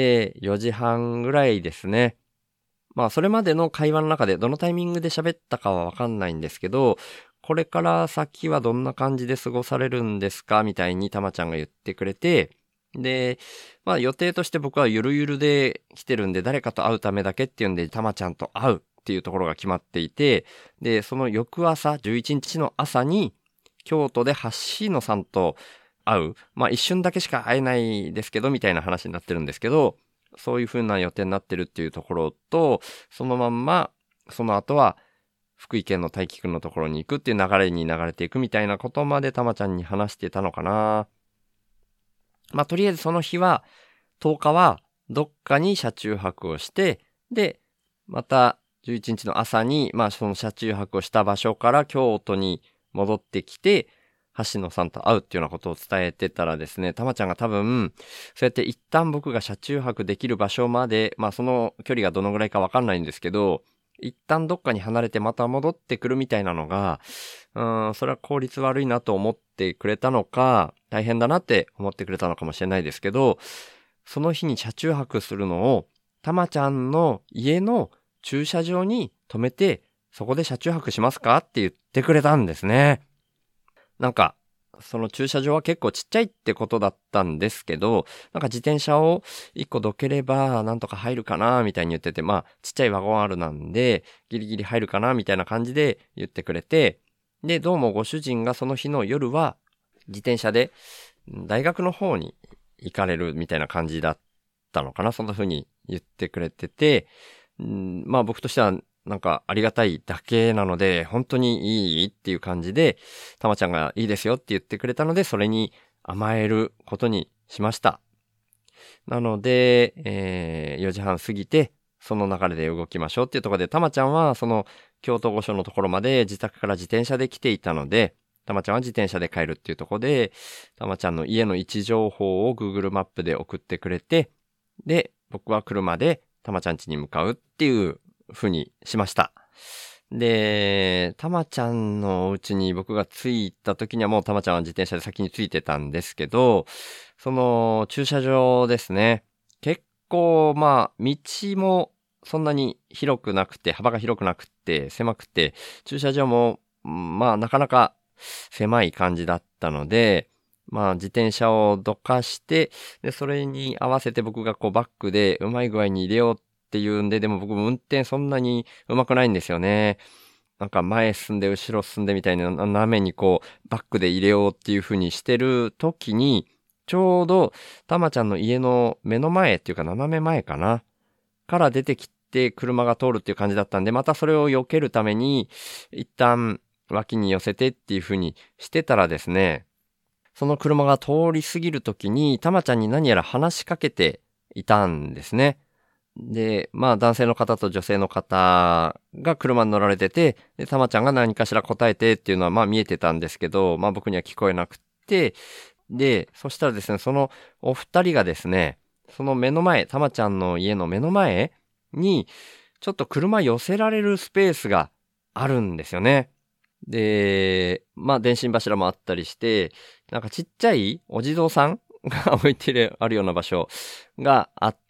、4時半ぐらいですね。まあ、それまでの会話の中でどのタイミングで喋ったかはわかんないんですけど、これから先はどんな感じで過ごされるんですかみたいにたまちゃんが言ってくれて、で、まあ予定として僕はゆるゆるで来てるんで誰かと会うためだけっていうんでたまちゃんと会うっていうところが決まっていて、で、その翌朝、11日の朝に京都で橋野さんと会う。まあ一瞬だけしか会えないですけどみたいな話になってるんですけど、そういう風な予定になってるっていうところと、そのまんま、その後は福井県の大輝くんのところに行くっていう流れに流れていくみたいなことまでたまちゃんに話してたのかな。まあ、とりあえずその日は、10日はどっかに車中泊をして、で、また11日の朝に、まあその車中泊をした場所から京都に戻ってきて、橋野さんと会うっていうようなことを伝えてたらですね、たまちゃんが多分、そうやって一旦僕が車中泊できる場所まで、まあその距離がどのぐらいかわかんないんですけど、一旦どっかに離れてまた戻ってくるみたいなのが、それは効率悪いなと思ってくれたのか、大変だなって思ってくれたのかもしれないですけど、その日に車中泊するのを、たまちゃんの家の駐車場に止めて、そこで車中泊しますかって言ってくれたんですね。なんか、その駐車場は結構ちっちゃいってことだったんですけど、なんか自転車を一個どければなんとか入るかなみたいに言ってて、まあちっちゃいワゴンあるなんでギリギリ入るかなみたいな感じで言ってくれて、で、どうもご主人がその日の夜は自転車で大学の方に行かれるみたいな感じだったのかな、そんな風に言ってくれてて、まあ僕としてはなんかありがたいだけなので、本当にいいっていう感じで、たまちゃんがいいですよって言ってくれたので、それに甘えることにしました。なので、4時半過ぎて、その流れで動きましょうっていうところで、たまちゃんはその京都御所のところまで自宅から自転車で来ていたので、たまちゃんは自転車で帰るっていうところで、たまちゃんの家の位置情報を Google マップで送ってくれて、で、僕は車でたまちゃん家に向かうっていう風にしました。で、たまちゃんのお家に僕が着いた時にはもうたまちゃんは自転車で先に着いてたんですけど、その駐車場ですね。結構まあ道もそんなに広くなくて、幅が広くなくて、狭くて、駐車場もまあなかなか狭い感じだったので、まあ自転車をどかして、で、それに合わせて僕がこうバックでうまい具合に入れようっていうんで、でも僕運転そんなに上手くないんですよね。なんか前進んで後ろ進んでみたいな斜めにこうバックで入れようっていう風にしてる時に、ちょうどたまちゃんの家の目の前っていうか斜め前かなから出てきて車が通るっていう感じだったんで、またそれを避けるために一旦脇に寄せてっていう風にしてたらですね、その車が通り過ぎる時にたまちゃんに何やら話しかけていたんですね。で、まあ男性の方と女性の方が車に乗られてて、で、たまちゃんが何かしら答えてっていうのはまあ見えてたんですけど、まあ僕には聞こえなくて、で、そしたらですね、そのお二人がですね、その目の前、たまちゃんの家の目の前に、ちょっと車寄せられるスペースがあるんですよね。で、まあ電信柱もあったりして、なんかちっちゃいお地蔵さんが置いてあるような場所があって、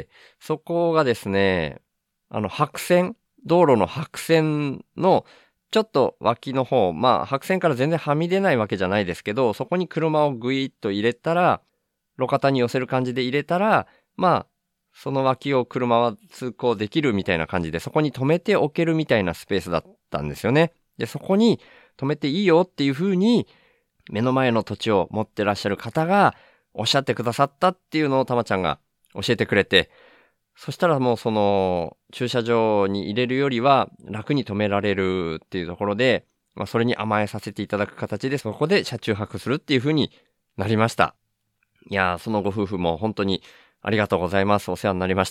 そこがですね、白線、道路の白線のちょっと脇の方、まあ白線から全然はみ出ないわけじゃないですけど、そこに車をグイッと入れたら、路肩に寄せる感じで入れたら、まあ、その脇を車は通行できるみたいな感じで、そこに止めておけるみたいなスペースだったんですよね。で、そこに止めていいよっていう風に、目の前の土地を持ってらっしゃる方がおっしゃってくださったっていうのをたまちゃんが教えてくれて、そしたらもうその駐車場に入れるよりは楽に止められるっていうところで、それに甘えさせていただく形でそこで車中泊するっていう風になりました。いやー、そのご夫婦も本当にありがとうございます。お世話になりました。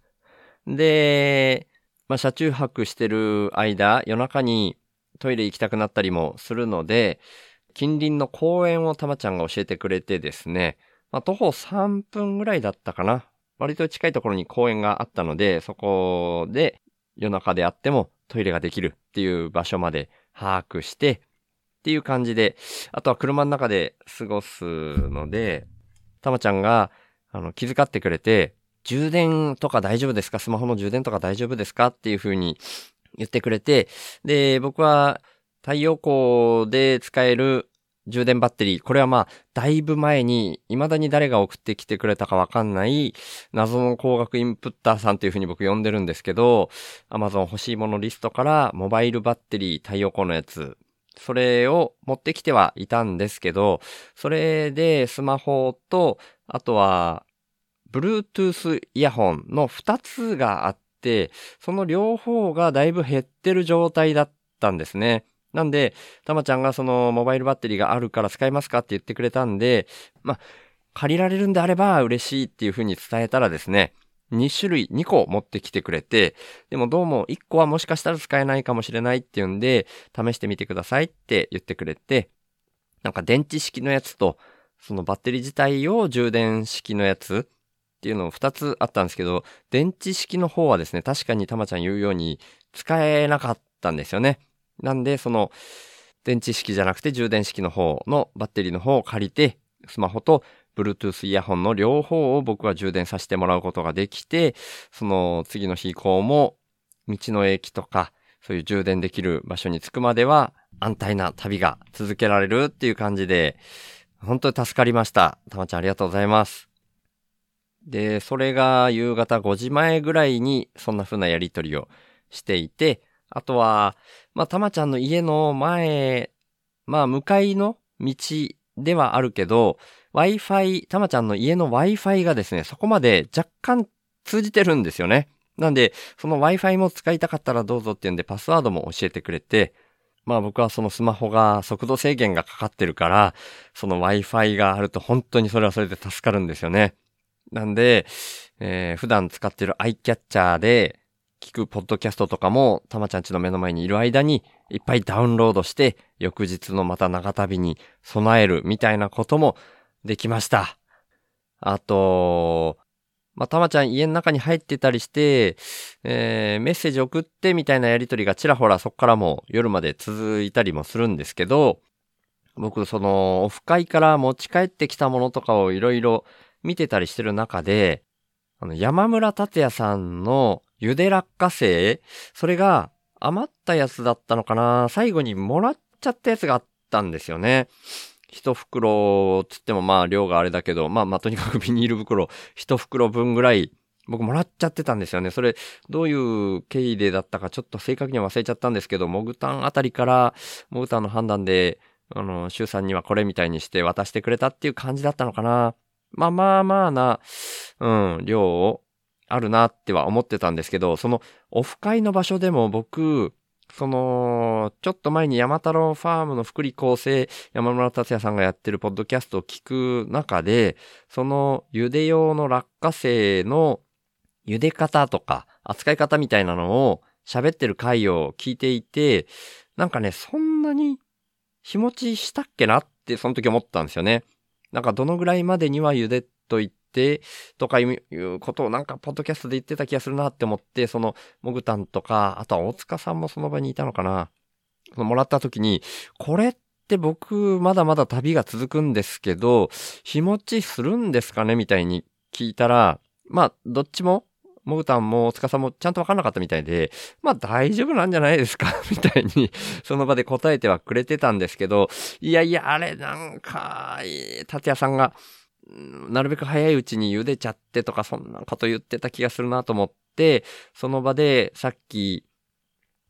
で、車中泊してる間、夜中にトイレ行きたくなったりもするので、近隣の公園をたまちゃんが教えてくれてですね、徒歩3分ぐらいだったかな。割と近いところに公園があったので、そこで夜中であってもトイレができるっていう場所まで把握してっていう感じで、あとは車の中で過ごすので、たまちゃんが気遣ってくれて、充電とか大丈夫ですか？スマホの充電とか大丈夫ですか？っていう風に言ってくれて、で、僕は太陽光で使える充電バッテリー、これはだいぶ前に、未だに誰が送ってきてくれたかわかんない、謎の光学インプッターさんという風に僕呼んでるんですけど、Amazon 欲しいものリストからモバイルバッテリー太陽光のやつ、それを持ってきてはいたんですけど、それでスマホと、あとは、Bluetooth イヤホンの2つがあって、その両方がだいぶ減ってる状態だったんですね。なんで、たまちゃんがそのモバイルバッテリーがあるから使えますかって言ってくれたんで、借りられるんであれば嬉しいっていう風に伝えたらですね、2種類2個持ってきてくれて、でもどうも1個はもしかしたら使えないかもしれないっていうんで、試してみてくださいって言ってくれて、なんか電池式のやつと、そのバッテリー自体を充電式のやつっていうのを2つあったんですけど、電池式の方はですね、確かにたまちゃん言うように使えなかったんですよね。なんで、その電池式じゃなくて充電式の方のバッテリーの方を借りて、スマホと Bluetooth イヤホンの両方を僕は充電させてもらうことができて、その次の日以降も道の駅とかそういう充電できる場所に着くまでは安泰な旅が続けられるっていう感じで、本当に助かりました。たまちゃんありがとうございます。で、それが夕方5時前ぐらいにそんな風なやりとりをしていて、あとは、たまちゃんの家の前、向かいの道ではあるけど、Wi-Fi、たまちゃんの家の Wi-Fi がですね、そこまで若干通じてるんですよね。なんで、その Wi-Fi も使いたかったらどうぞっていうんで、パスワードも教えてくれて、僕はそのスマホが速度制限がかかってるから、その Wi-Fi があると本当にそれはそれで助かるんですよね。なんで、普段使ってるアイキャッチャーで聞くポッドキャストとかも、たまちゃんちの目の前にいる間にいっぱいダウンロードして、翌日のまた長旅に備えるみたいなこともできました。あと、たまちゃん家の中に入ってたりして、メッセージ送ってみたいなやりとりがちらほらそこからも夜まで続いたりもするんですけど、僕そのオフ会から持ち帰ってきたものとかをいろいろ見てたりしてる中で、山村達也さんのゆで落花生、それが余ったやつだったのかな、最後にもらっちゃったやつがあったんですよね。一袋つっても量があれだけど、とにかくビニール袋一袋分ぐらい僕もらっちゃってたんですよね。それどういう経緯でだったかちょっと正確には忘れちゃったんですけど、モグタンあたりからモグタンの判断でシュウさんにはこれみたいにして渡してくれたっていう感じだったのかな。な、量をあるなっては思ってたんですけど、そのオフ会の場所でも僕、ちょっと前に山太郎ファームの福利厚生、山村達也さんがやってるポッドキャストを聞く中で、その茹で用の落花生の茹で方とか扱い方みたいなのを喋ってる回を聞いていて、なんかね、そんなに日持ちしたっけなってその時思ったんですよね。なんかどのぐらいまでには茹でと言ってとかいうことをなんかポッドキャストで言ってた気がするなって思って、そのモグタンとか、あとは大塚さんもその場にいたのかな。もらった時に、これって僕まだまだ旅が続くんですけど、日持ちするんですかねみたいに聞いたら、どっちもモグタンも大塚さんもちゃんと分かんなかったみたいで、大丈夫なんじゃないですかみたいにその場で答えてはくれてたんですけど、いやいやあれなんか達也さんがなるべく早いうちに茹でちゃってとかそんなこと言ってた気がするなと思って、その場でさっき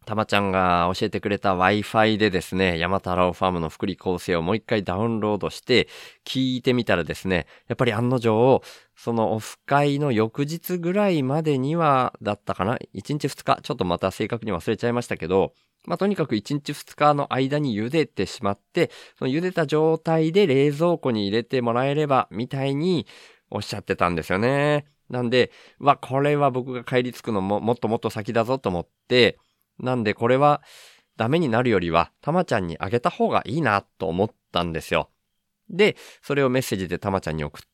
たまちゃんが教えてくれた Wi-Fi でですね、山太郎ファームの福利厚生をもう一回ダウンロードして聞いてみたらですね、やっぱり案の定、そのオフ会の翌日ぐらいまでにはだったかな ?1 日2日、ちょっとまた正確に忘れちゃいましたけど、とにかく1日2日の間に茹でてしまって、その茹でた状態で冷蔵庫に入れてもらえれば、みたいにおっしゃってたんですよね。なんで、これは僕が帰り着くのもっともっと先だぞと思って、なんでこれはダメになるよりは、たまちゃんにあげた方がいいなと思ったんですよ。で、それをメッセージでたまちゃんに送って、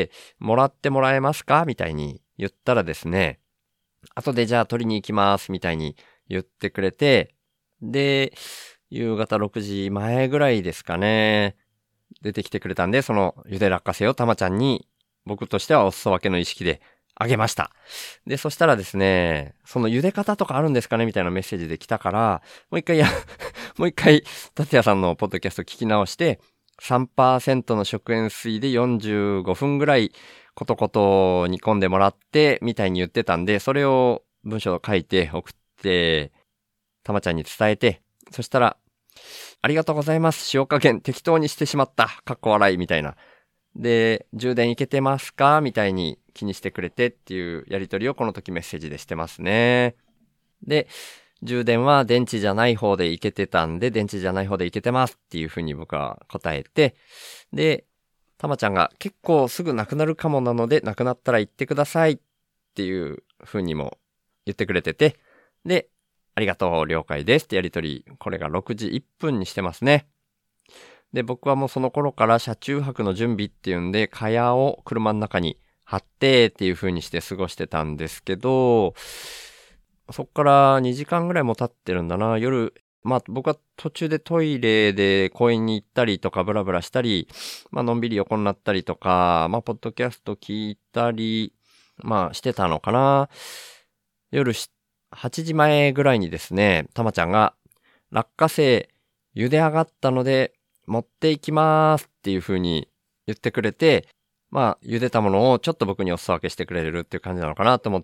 もらってもらえますかみたいに言ったらですね、後でじゃあ取りに行きますみたいに言ってくれて、で、夕方6時前ぐらいですかね、出てきてくれたんで、そのゆで落花生をたまちゃんに僕としてはお裾分けの意識であげました。で、そしたらですね、その茹で方とかあるんですかねみたいなメッセージで来たから、もう一回、達也さんのポッドキャスト聞き直して、3% の食塩水で45分ぐらいコトコト煮込んでもらって、みたいに言ってたんで、それを文章を書いて送って、たまちゃんに伝えて、そしたら、ありがとうございます。塩加減適当にしてしまった。かっこ笑いみたいな。で、充電いけてますかみたいに気にしてくれてっていうやりとりをこの時メッセージでしてますね。で、充電は電池じゃない方でいけてたんで、電池じゃない方でいけてますっていう風に僕は答えて、で、たまちゃんが結構すぐなくなるかもなので、なくなったら言ってくださいっていう風にも言ってくれてて、で、ありがとう、了解ですってやりとり、これが6時1分にしてますね。で、僕はもうその頃から車中泊の準備っていうんで、蚊帳を車の中に貼ってっていう風にして過ごしてたんですけど、そっから2時間ぐらいも経ってるんだな。夜、僕は途中でトイレで公園に行ったりとかブラブラしたり、のんびり横になったりとか、ポッドキャスト聞いたり、してたのかな。夜8時前ぐらいにですね、たまちゃんが、落花生茹で上がったので持っていきますっていう風に言ってくれて、茹でたものをちょっと僕にお裾分けしてくれるっていう感じなのかなと思って、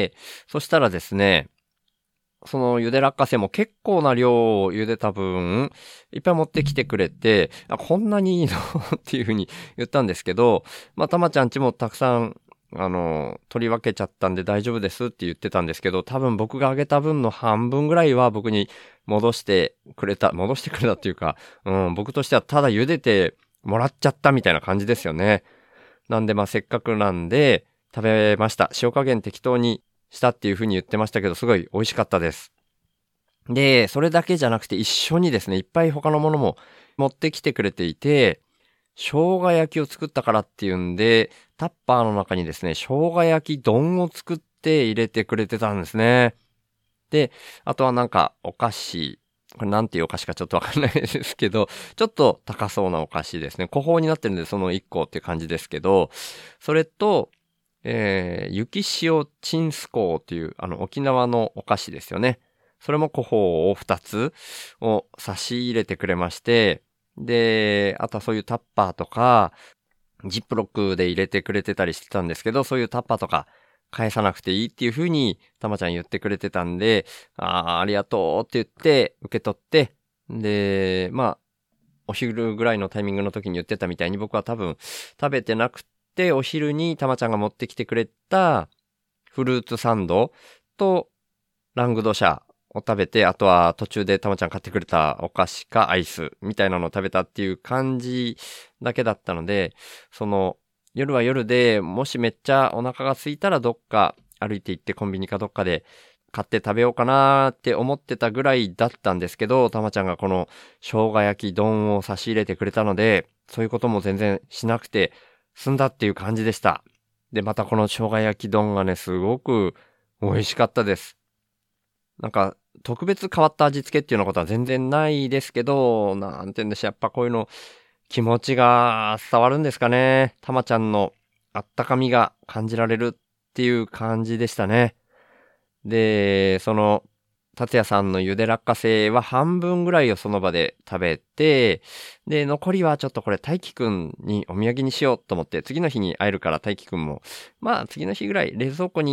そしたらですね、その茹で落花生も結構な量を茹でた分、いっぱい持ってきてくれて、こんなにいいのっていう風に言ったんですけど、たまちゃんちもたくさん取り分けちゃったんで大丈夫ですって言ってたんですけど、多分僕があげた分の半分ぐらいは僕に戻してくれたっていうか、僕としてはただ茹でてもらっちゃったみたいな感じですよね。なんでせっかくなんで食べました。塩加減適当にしたっていう風に言ってましたけど、すごい美味しかったです。で、それだけじゃなくて一緒にですね、いっぱい他のものも持ってきてくれていて、生姜焼きを作ったからっていうんで、タッパーの中にですね、生姜焼き丼を作って入れてくれてたんですね。で、あとはなんかお菓子、これなんていうお菓子かちょっとわかんないですけど、ちょっと高そうなお菓子ですね。個包になってるんでその1個っていう感じですけど、それと、雪塩チンスコーっていう沖縄のお菓子ですよね。それも個包を2つを差し入れてくれまして、で、あとはそういうタッパーとか、ジップロックで入れてくれてたりしてたんですけど、そういうタッパーとか返さなくていいっていう風にたまちゃん言ってくれてたんで、ありがとうって言って受け取って、で、お昼ぐらいのタイミングの時に言ってたみたいに僕は多分食べてなくて、お昼にたまちゃんが持ってきてくれたフルーツサンドとラングドシャを食べて、あとは途中でたまちゃん買ってくれたお菓子かアイスみたいなのを食べたっていう感じだけだったので、その夜は夜でもしめっちゃお腹が空いたらどっか歩いて行ってコンビニかどっかで買って食べようかなーって思ってたぐらいだったんですけど、たまちゃんがこの生姜焼き丼を差し入れてくれたので、そういうことも全然しなくて済んだっていう感じでした。で、またこの生姜焼き丼がね、すごく美味しかったです。なんか特別変わった味付けっていうようなことは全然ないですけど、なんて言うんでしょう、やっぱこういうの気持ちが伝わるんですかね。たまちゃんのあったかみが感じられるっていう感じでしたね。で、その達也さんのゆで落花生は半分ぐらいをその場で食べて、で、残りはちょっとこれ大輝くんにお土産にしようと思って、次の日に会えるから大輝くんも、次の日ぐらい冷蔵庫に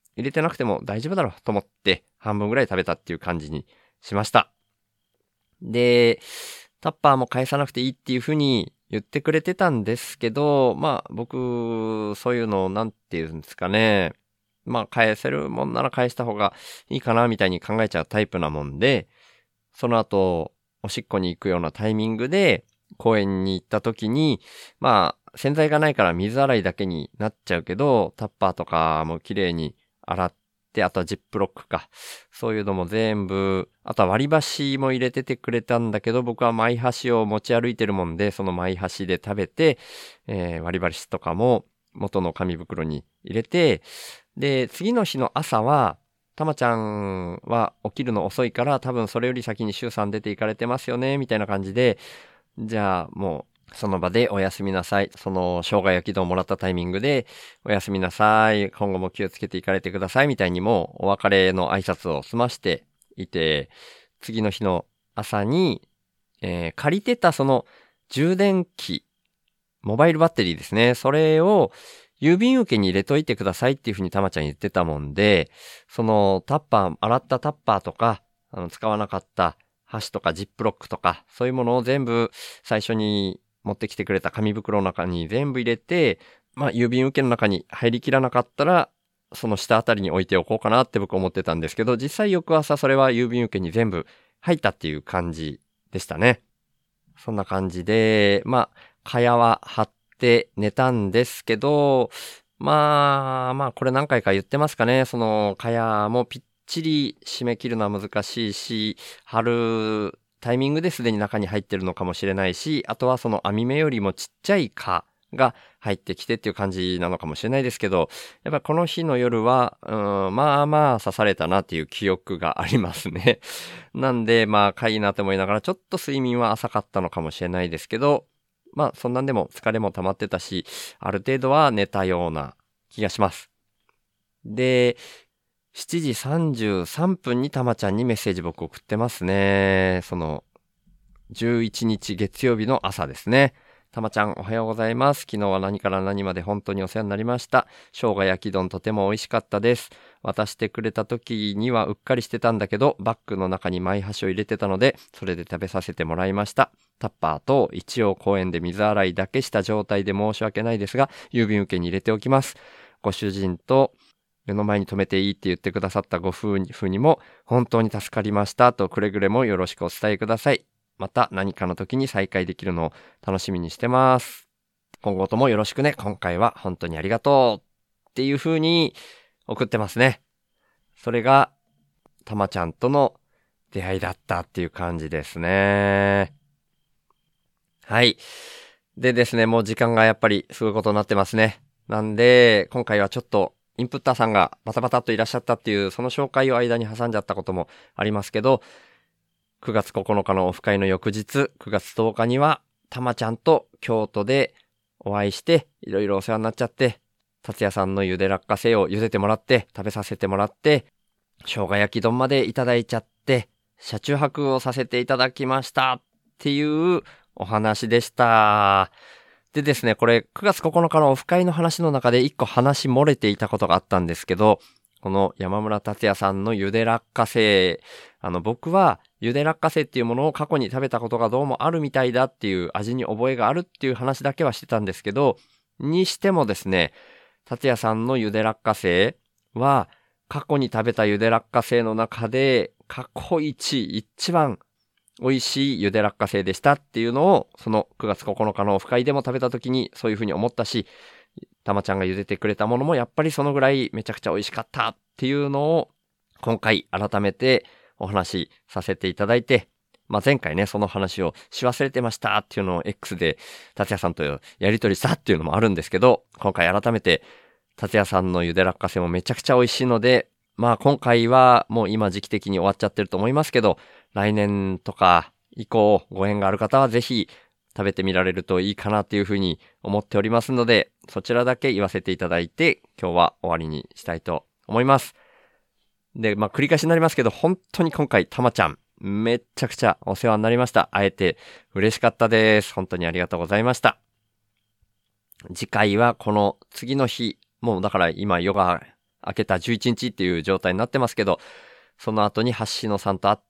入れてなくても大丈夫だろうと思って半分ぐらい食べたっていう感じにしました。で、タッパーも返さなくていいっていう風に言ってくれてたんですけど、まあ僕、そういうのをなんて言うんですかね。まあ返せるもんなら返した方がいいかなみたいに考えちゃうタイプなもんで、その後、おしっこに行くようなタイミングで公園に行った時に、まあ洗剤がないから水洗いだけになっちゃうけど、タッパーとかも綺麗に洗って、あとはジップロックか。そういうのも全部、あとは割り箸も入れててくれたんだけど、僕はマイ箸を持ち歩いてるもんで、そのマイ箸で食べて、割り箸とかも元の紙袋に入れて、で、次の日の朝は、たまちゃんは起きるの遅いから、多分それより先にシュウさん出て行かれてますよね、みたいな感じで、じゃあもうその場でおやすみなさい。その生姜焼き丼をもらったタイミングでおやすみなさい。今後も気をつけていかれてください。みたいにもお別れの挨拶を済ましていて、次の日の朝に、借りてたその充電器、モバイルバッテリーですね。それを郵便受けに入れといてくださいっていうふうにたまちゃん言ってたもんで、そのタッパー、洗ったタッパーとか、使わなかった箸とかジップロックとか、そういうものを全部最初に持ってきてくれた紙袋の中に全部入れて、まあ郵便受けの中に入りきらなかったら、その下あたりに置いておこうかなって僕思ってたんですけど、実際翌朝それは郵便受けに全部入ったっていう感じでしたね。そんな感じで、まあ、蚊帳は張って寝たんですけど、まあ、これ何回か言ってますかね。その蚊帳もぴっちり締め切るのは難しいし、貼るタイミングですでに中に入ってるのかもしれないし、あとはその網目よりもちっちゃい蚊が入ってきてっていう感じなのかもしれないですけど、やっぱこの日の夜は、まあ刺されたなっていう記憶がありますね。なんで、まあ、かいいなと思いながら、ちょっと睡眠は浅かったのかもしれないですけど、まあ、そんなんでも疲れも溜まってたし、ある程度は寝たような気がします。で、7時33分にたまちゃんにメッセージ僕送ってますね。その、11日月曜日の朝ですね。たまちゃんおはようございます。昨日は何から何まで本当にお世話になりました。生姜焼き丼とても美味しかったです。渡してくれた時にはうっかりしてたんだけど、バッグの中にマイ箸を入れてたので、それで食べさせてもらいました。タッパーと一応公園で水洗いだけした状態で申し訳ないですが、郵便受けに入れておきます。ご主人と目の前に止めていいって言ってくださったご夫婦にも本当に助かりましたとくれぐれもよろしくお伝えください。また何かの時に再会できるのを楽しみにしてます。今後ともよろしくね。今回は本当にありがとうっていう風に送ってますね。それがたまちゃんとの出会いだったっていう感じですね。はい。でですね、もう時間がやっぱりすごいことになってますね。なんで、今回はちょっとインプッターさんがバタバタっといらっしゃったっていう、その紹介を間に挟んじゃったこともありますけど、9月9日のオフ会の翌日、9月10日には、たまちゃんと京都でお会いして、いろいろお世話になっちゃって、達也さんのゆで落花生を茹でてもらって、食べさせてもらって、生姜焼き丼までいただいちゃって、車中泊をさせていただきましたっていうお話でした。でですね、これ9月9日のオフ会の話の中で一個話漏れていたことがあったんですけど、この山村達也さんのゆで落花生、僕はゆで落花生っていうものを過去に食べたことがどうもあるみたいだっていう味に覚えがあるっていう話だけはしてたんですけど、にしてもですね、達也さんのゆで落花生は過去に食べたゆで落花生の中で過去一番美味しいゆで落花生でしたっていうのを、その9月9日のオフ会でも食べた時にそういう風に思ったし、たまちゃんが茹でてくれたものもやっぱりそのぐらいめちゃくちゃ美味しかったっていうのを今回改めてお話しさせていただいて、前回ね、その話をし忘れてましたっていうのを X で達也さんとやり取りしたっていうのもあるんですけど、今回改めて達也さんのゆで落花生もめちゃくちゃ美味しいので、今回はもう今時期的に終わっちゃってると思いますけど、来年とか以降ご縁がある方はぜひ食べてみられるといいかなっていうふうに思っておりますので、そちらだけ言わせていただいて、今日は終わりにしたいと思います。で、繰り返しになりますけど、本当に今回、たまちゃん、めっちゃくちゃお世話になりました。会えて嬉しかったです。本当にありがとうございました。次回はこの次の日、もうだから今ヨガ明けた11日っていう状態になってますけど、その後に橋野さんと会って、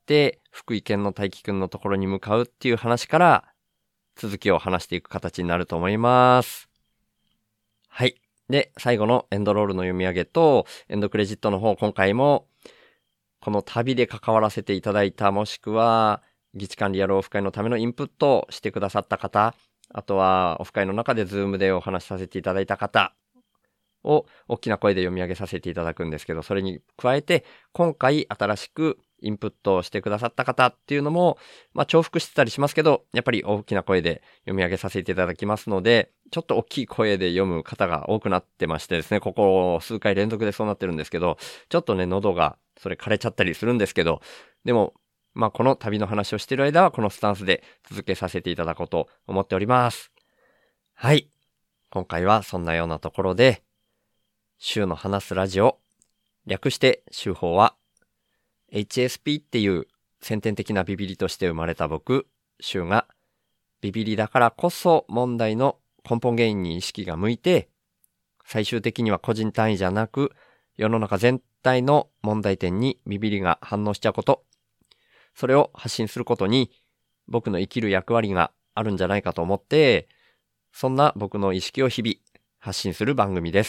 福井県の大輝くんのところに向かうっていう話から、続きを話していく形になると思います。はい。で、最後のエンドロールの読み上げと、エンドクレジットの方、今回も、この旅で関わらせていただいた、もしくは、議事館リアルオフ会のためのインプットをしてくださった方、あとは、オフ会の中でズームでお話しさせていただいた方を、大きな声で読み上げさせていただくんですけど、それに加えて、今回新しくインプットをしてくださった方っていうのも、重複してたりしますけど、やっぱり大きな声で読み上げさせていただきますので、ちょっと大きい声で読む方が多くなってましてですね、ここ数回連続でそうなってるんですけど、ちょっとね、喉がそれ枯れちゃったりするんですけど、でも、この旅の話をしている間はこのスタンスで続けさせていただこうと思っております。はい。今回はそんなようなところで、週の話すラジオ、略して週報は、HSP っていう先天的なビビリとして生まれた僕、週が、ビビリだからこそ問題の根本原因に意識が向いて、最終的には個人単位じゃなく、世の中全体の問題点にビビリが反応しちゃうこと、それを発信することに僕の生きる役割があるんじゃないかと思って、そんな僕の意識を日々発信する番組です。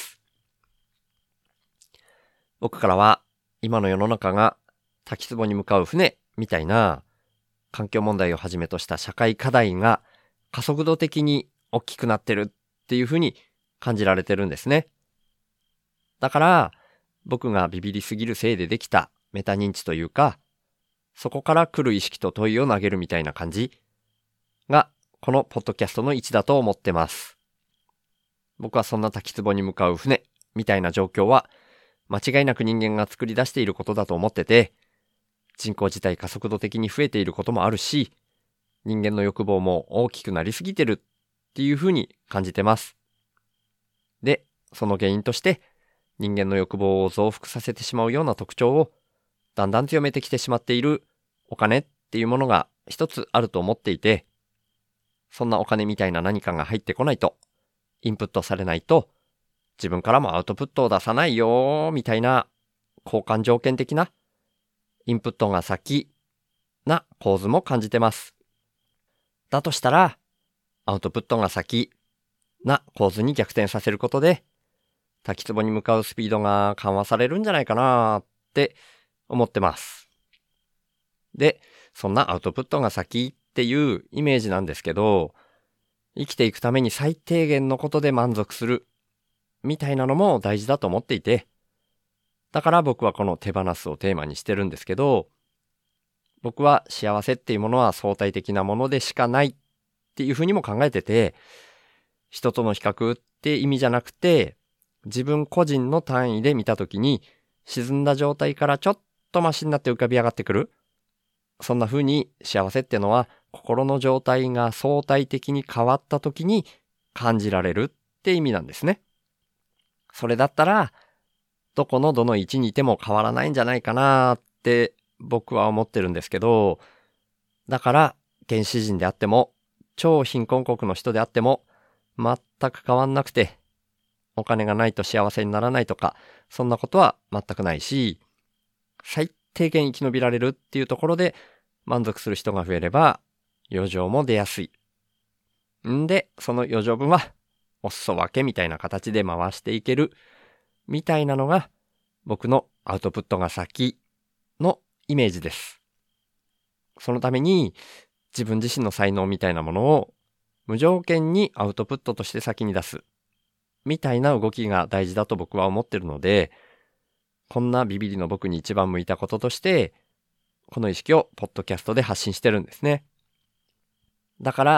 僕からは今の世の中が滝壺に向かう船みたいな環境問題をはじめとした社会課題が加速度的に大きくなってるっていうふうに感じられてるんですね。だから僕がビビりすぎるせいでできたメタ認知というか、そこから来る意識と問いを投げるみたいな感じがこのポッドキャストの位置だと思ってます。僕はそんな滝壺に向かう船みたいな状況は間違いなく人間が作り出していることだと思ってて、人口自体加速度的に増えていることもあるし、人間の欲望も大きくなりすぎてるっていうふうに感じてます。で、その原因として人間の欲望を増幅させてしまうような特徴をだんだん強めてきてしまっているお金っていうものが一つあると思っていて、そんなお金みたいな何かが入ってこないと、インプットされないと、自分からもアウトプットを出さないよみたいな交換条件的なインプットが先な構図も感じてます。だとしたら、アウトプットが先な構図に逆転させることで、滝壺に向かうスピードが緩和されるんじゃないかなって思ってます。で、そんなアウトプットが先っていうイメージなんですけど、生きていくために最低限のことで満足するみたいなのも大事だと思っていて、だから僕はこの手放すをテーマにしてるんですけど、僕は幸せっていうものは相対的なものでしかないっていうふうにも考えてて、人との比較って意味じゃなくて、自分個人の単位で見たときに沈んだ状態からちょっとマシになって浮かび上がってくる。そんな風に幸せってのは心の状態が相対的に変わったときに感じられるって意味なんですね。それだったらどこのどの位置にいても変わらないんじゃないかなって僕は思ってるんですけど、だから原始人であっても超貧困国の人であっても全く変わんなくて、お金がないと幸せにならないとか、そんなことは全くないし、最低限生き延びられるっていうところで満足する人が増えれば余剰も出やすい。んで、その余剰分はお裾分けみたいな形で回していけるみたいなのが僕のアウトプットが先のイメージです。そのために自分自身の才能みたいなものを無条件にアウトプットとして先に出すみたいな動きが大事だと僕は思ってるので、こんなビビリの僕に一番向いたこととして、この意識をポッドキャストで発信してるんですね。だから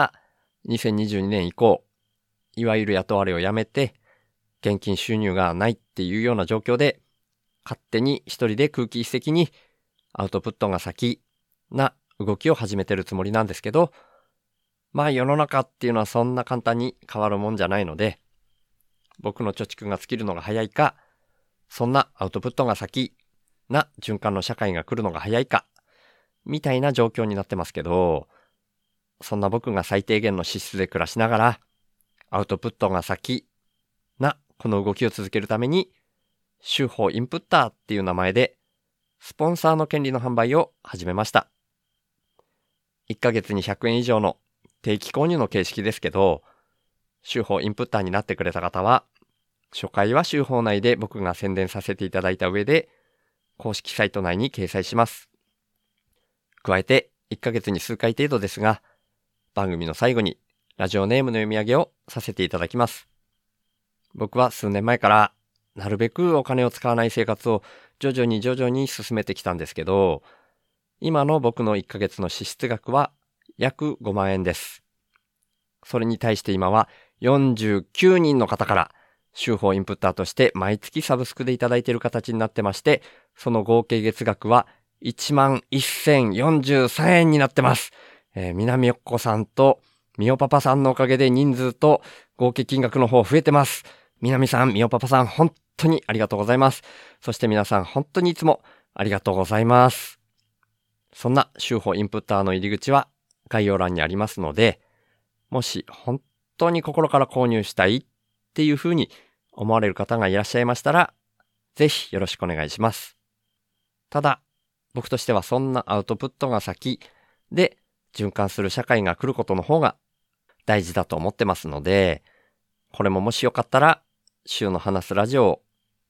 、2022年以降、いわゆる雇われをやめて、現金収入がないっていうような状況で、勝手に一人で空気一石にアウトプットが先な動きを始めてるつもりなんですけど、世の中っていうのはそんな簡単に変わるもんじゃないので、僕の貯蓄が尽きるのが早いか、そんなアウトプットが先な循環の社会が来るのが早いか、みたいな状況になってますけど、そんな僕が最低限の資質で暮らしながら、アウトプットが先なこの動きを続けるために、 週報インプッターっていう名前で、スポンサーの権利の販売を始めました。1ヶ月に100円以上の定期購入の形式ですけど、週報インプッターになってくれた方は、初回は週報内で僕が宣伝させていただいた上で、公式サイト内に掲載します。加えて、1ヶ月に数回程度ですが、番組の最後にラジオネームの読み上げをさせていただきます。僕は数年前から、なるべくお金を使わない生活を徐々に進めてきたんですけど、今の僕の1ヶ月の支出額は約5万円です。それに対して今は49人の方から週報インプッターとして毎月サブスクでいただいている形になってまして、その合計月額は11,043円になってます。南よっこさんとみおパパさんのおかげで人数と合計金額の方増えてます。南さん、みおパパさん、本当にありがとうございます。そして皆さん、本当にいつもありがとうございます。そんな週報インプッターの入り口は概要欄にありますので、もし本当に心から購入したいっていうふうに思われる方がいらっしゃいましたら、ぜひよろしくお願いします。ただ、僕としてはそんなアウトプットが先で循環する社会が来ることの方が大事だと思ってますので、これももしよかったら、週の話すラジオを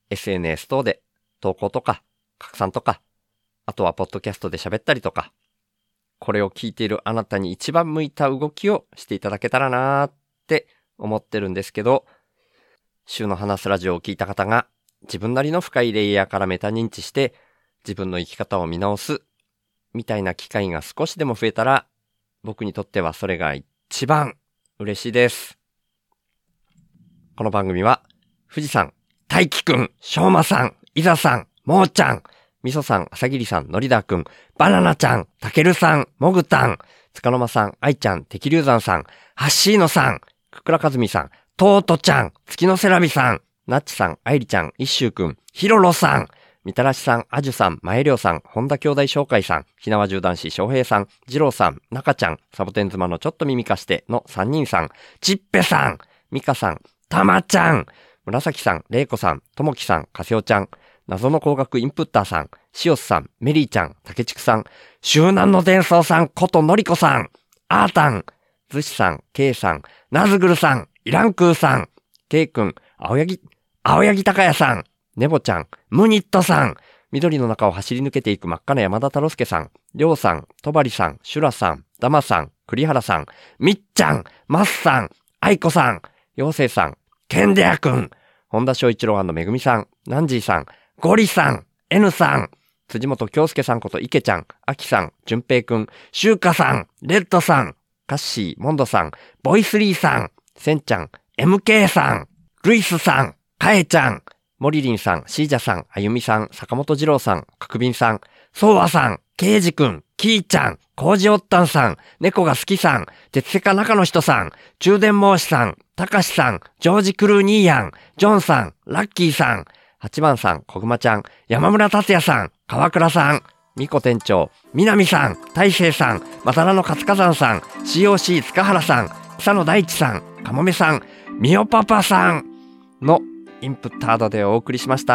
SNS 等で投稿とか拡散とか、あとはポッドキャストで喋ったりとか、これを聞いているあなたに一番向いた動きをしていただけたらなーって思ってるんですけど、週の話すラジオを聞いた方が自分なりの深いレイヤーからメタ認知して自分の生き方を見直すみたいな機会が少しでも増えたら、僕にとってはそれが一番嬉しいです。この番組は富士山、大輝くん、しょうまさん、いざさん、もーちゃん、みそさん、あさぎりさん、のりだくん、バナナちゃん、たけるさん、もぐたん、つかのまさん、あいちゃん、てきりゅうざんさん、はっしーのさん、くくらかずみさん、とうとちゃん、月のせらびさん、なっちさん、あいりちゃん、いっしゅうくん、ひろろさん、みたらしさん、あじゅさん、まえりょうさん、本田兄弟紹介さん、ひなわじゅう男子翔平さん、じろうさん、なかちゃん、サボテン妻のちょっと耳かしての3人さん、ちっぺさん、みかさん、たまちゃん、紫さん、れいこさん、ともきさん、かせおちゃん、謎の工学インプッターさん、しおすさん、メリーちゃん、たけちくさん、周南の伝送さんことのりこさん、あーたん、ずしさん、けいさん、なずぐるさん、いらんくーさん、けいくん、青柳高也さん、ねぼちゃん、ムニットさん、緑の中を走り抜けていく真っ赤な山田太郎介さん、りょうさん、とばりさん、しゅらさん、だまさん、栗原さん、みっちゃん、まっさん、あいこさん、ようせいさん、けんでやくん、本田翔一郎&めぐみさん、ナンジーさん、ゴリさん、N さん、辻本京介さんこと池ちゃん、あきさん、じゅんぺいくん、しゅうかさん、レッドさん、カッシー、モンドさん、ボイスリーさん、センちゃん、MK さん、ルイスさん、カエちゃん、モリリンさん、シージャさん、あゆみさん、坂本二郎さん、かくびんさん、ソウアさん、ケイジくん、キーちゃん、コージオッタンさん、猫が好きさん、鉄セカ中の人さん、中電申しさん、たかしさん、ジョージ・クルーニーヤン、ジョンさん、ラッキーさん、八番さん、こぐまちゃん、山村達也さん、川倉さん、みこ店長、みなみさん、大成さん、またらの勝火山さん、COC 塚原さん、草野大地さん、かもめさん、みおパパさんのインプッタードでお送りしました。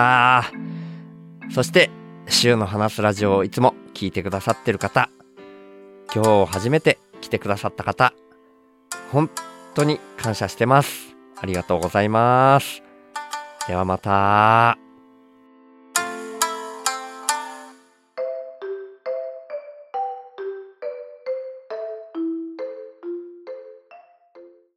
そして、週の話すラジオをいつも聞いてくださってる方、今日初めて来てくださった方、本当に感謝してます。ありがとうございます。ではまた。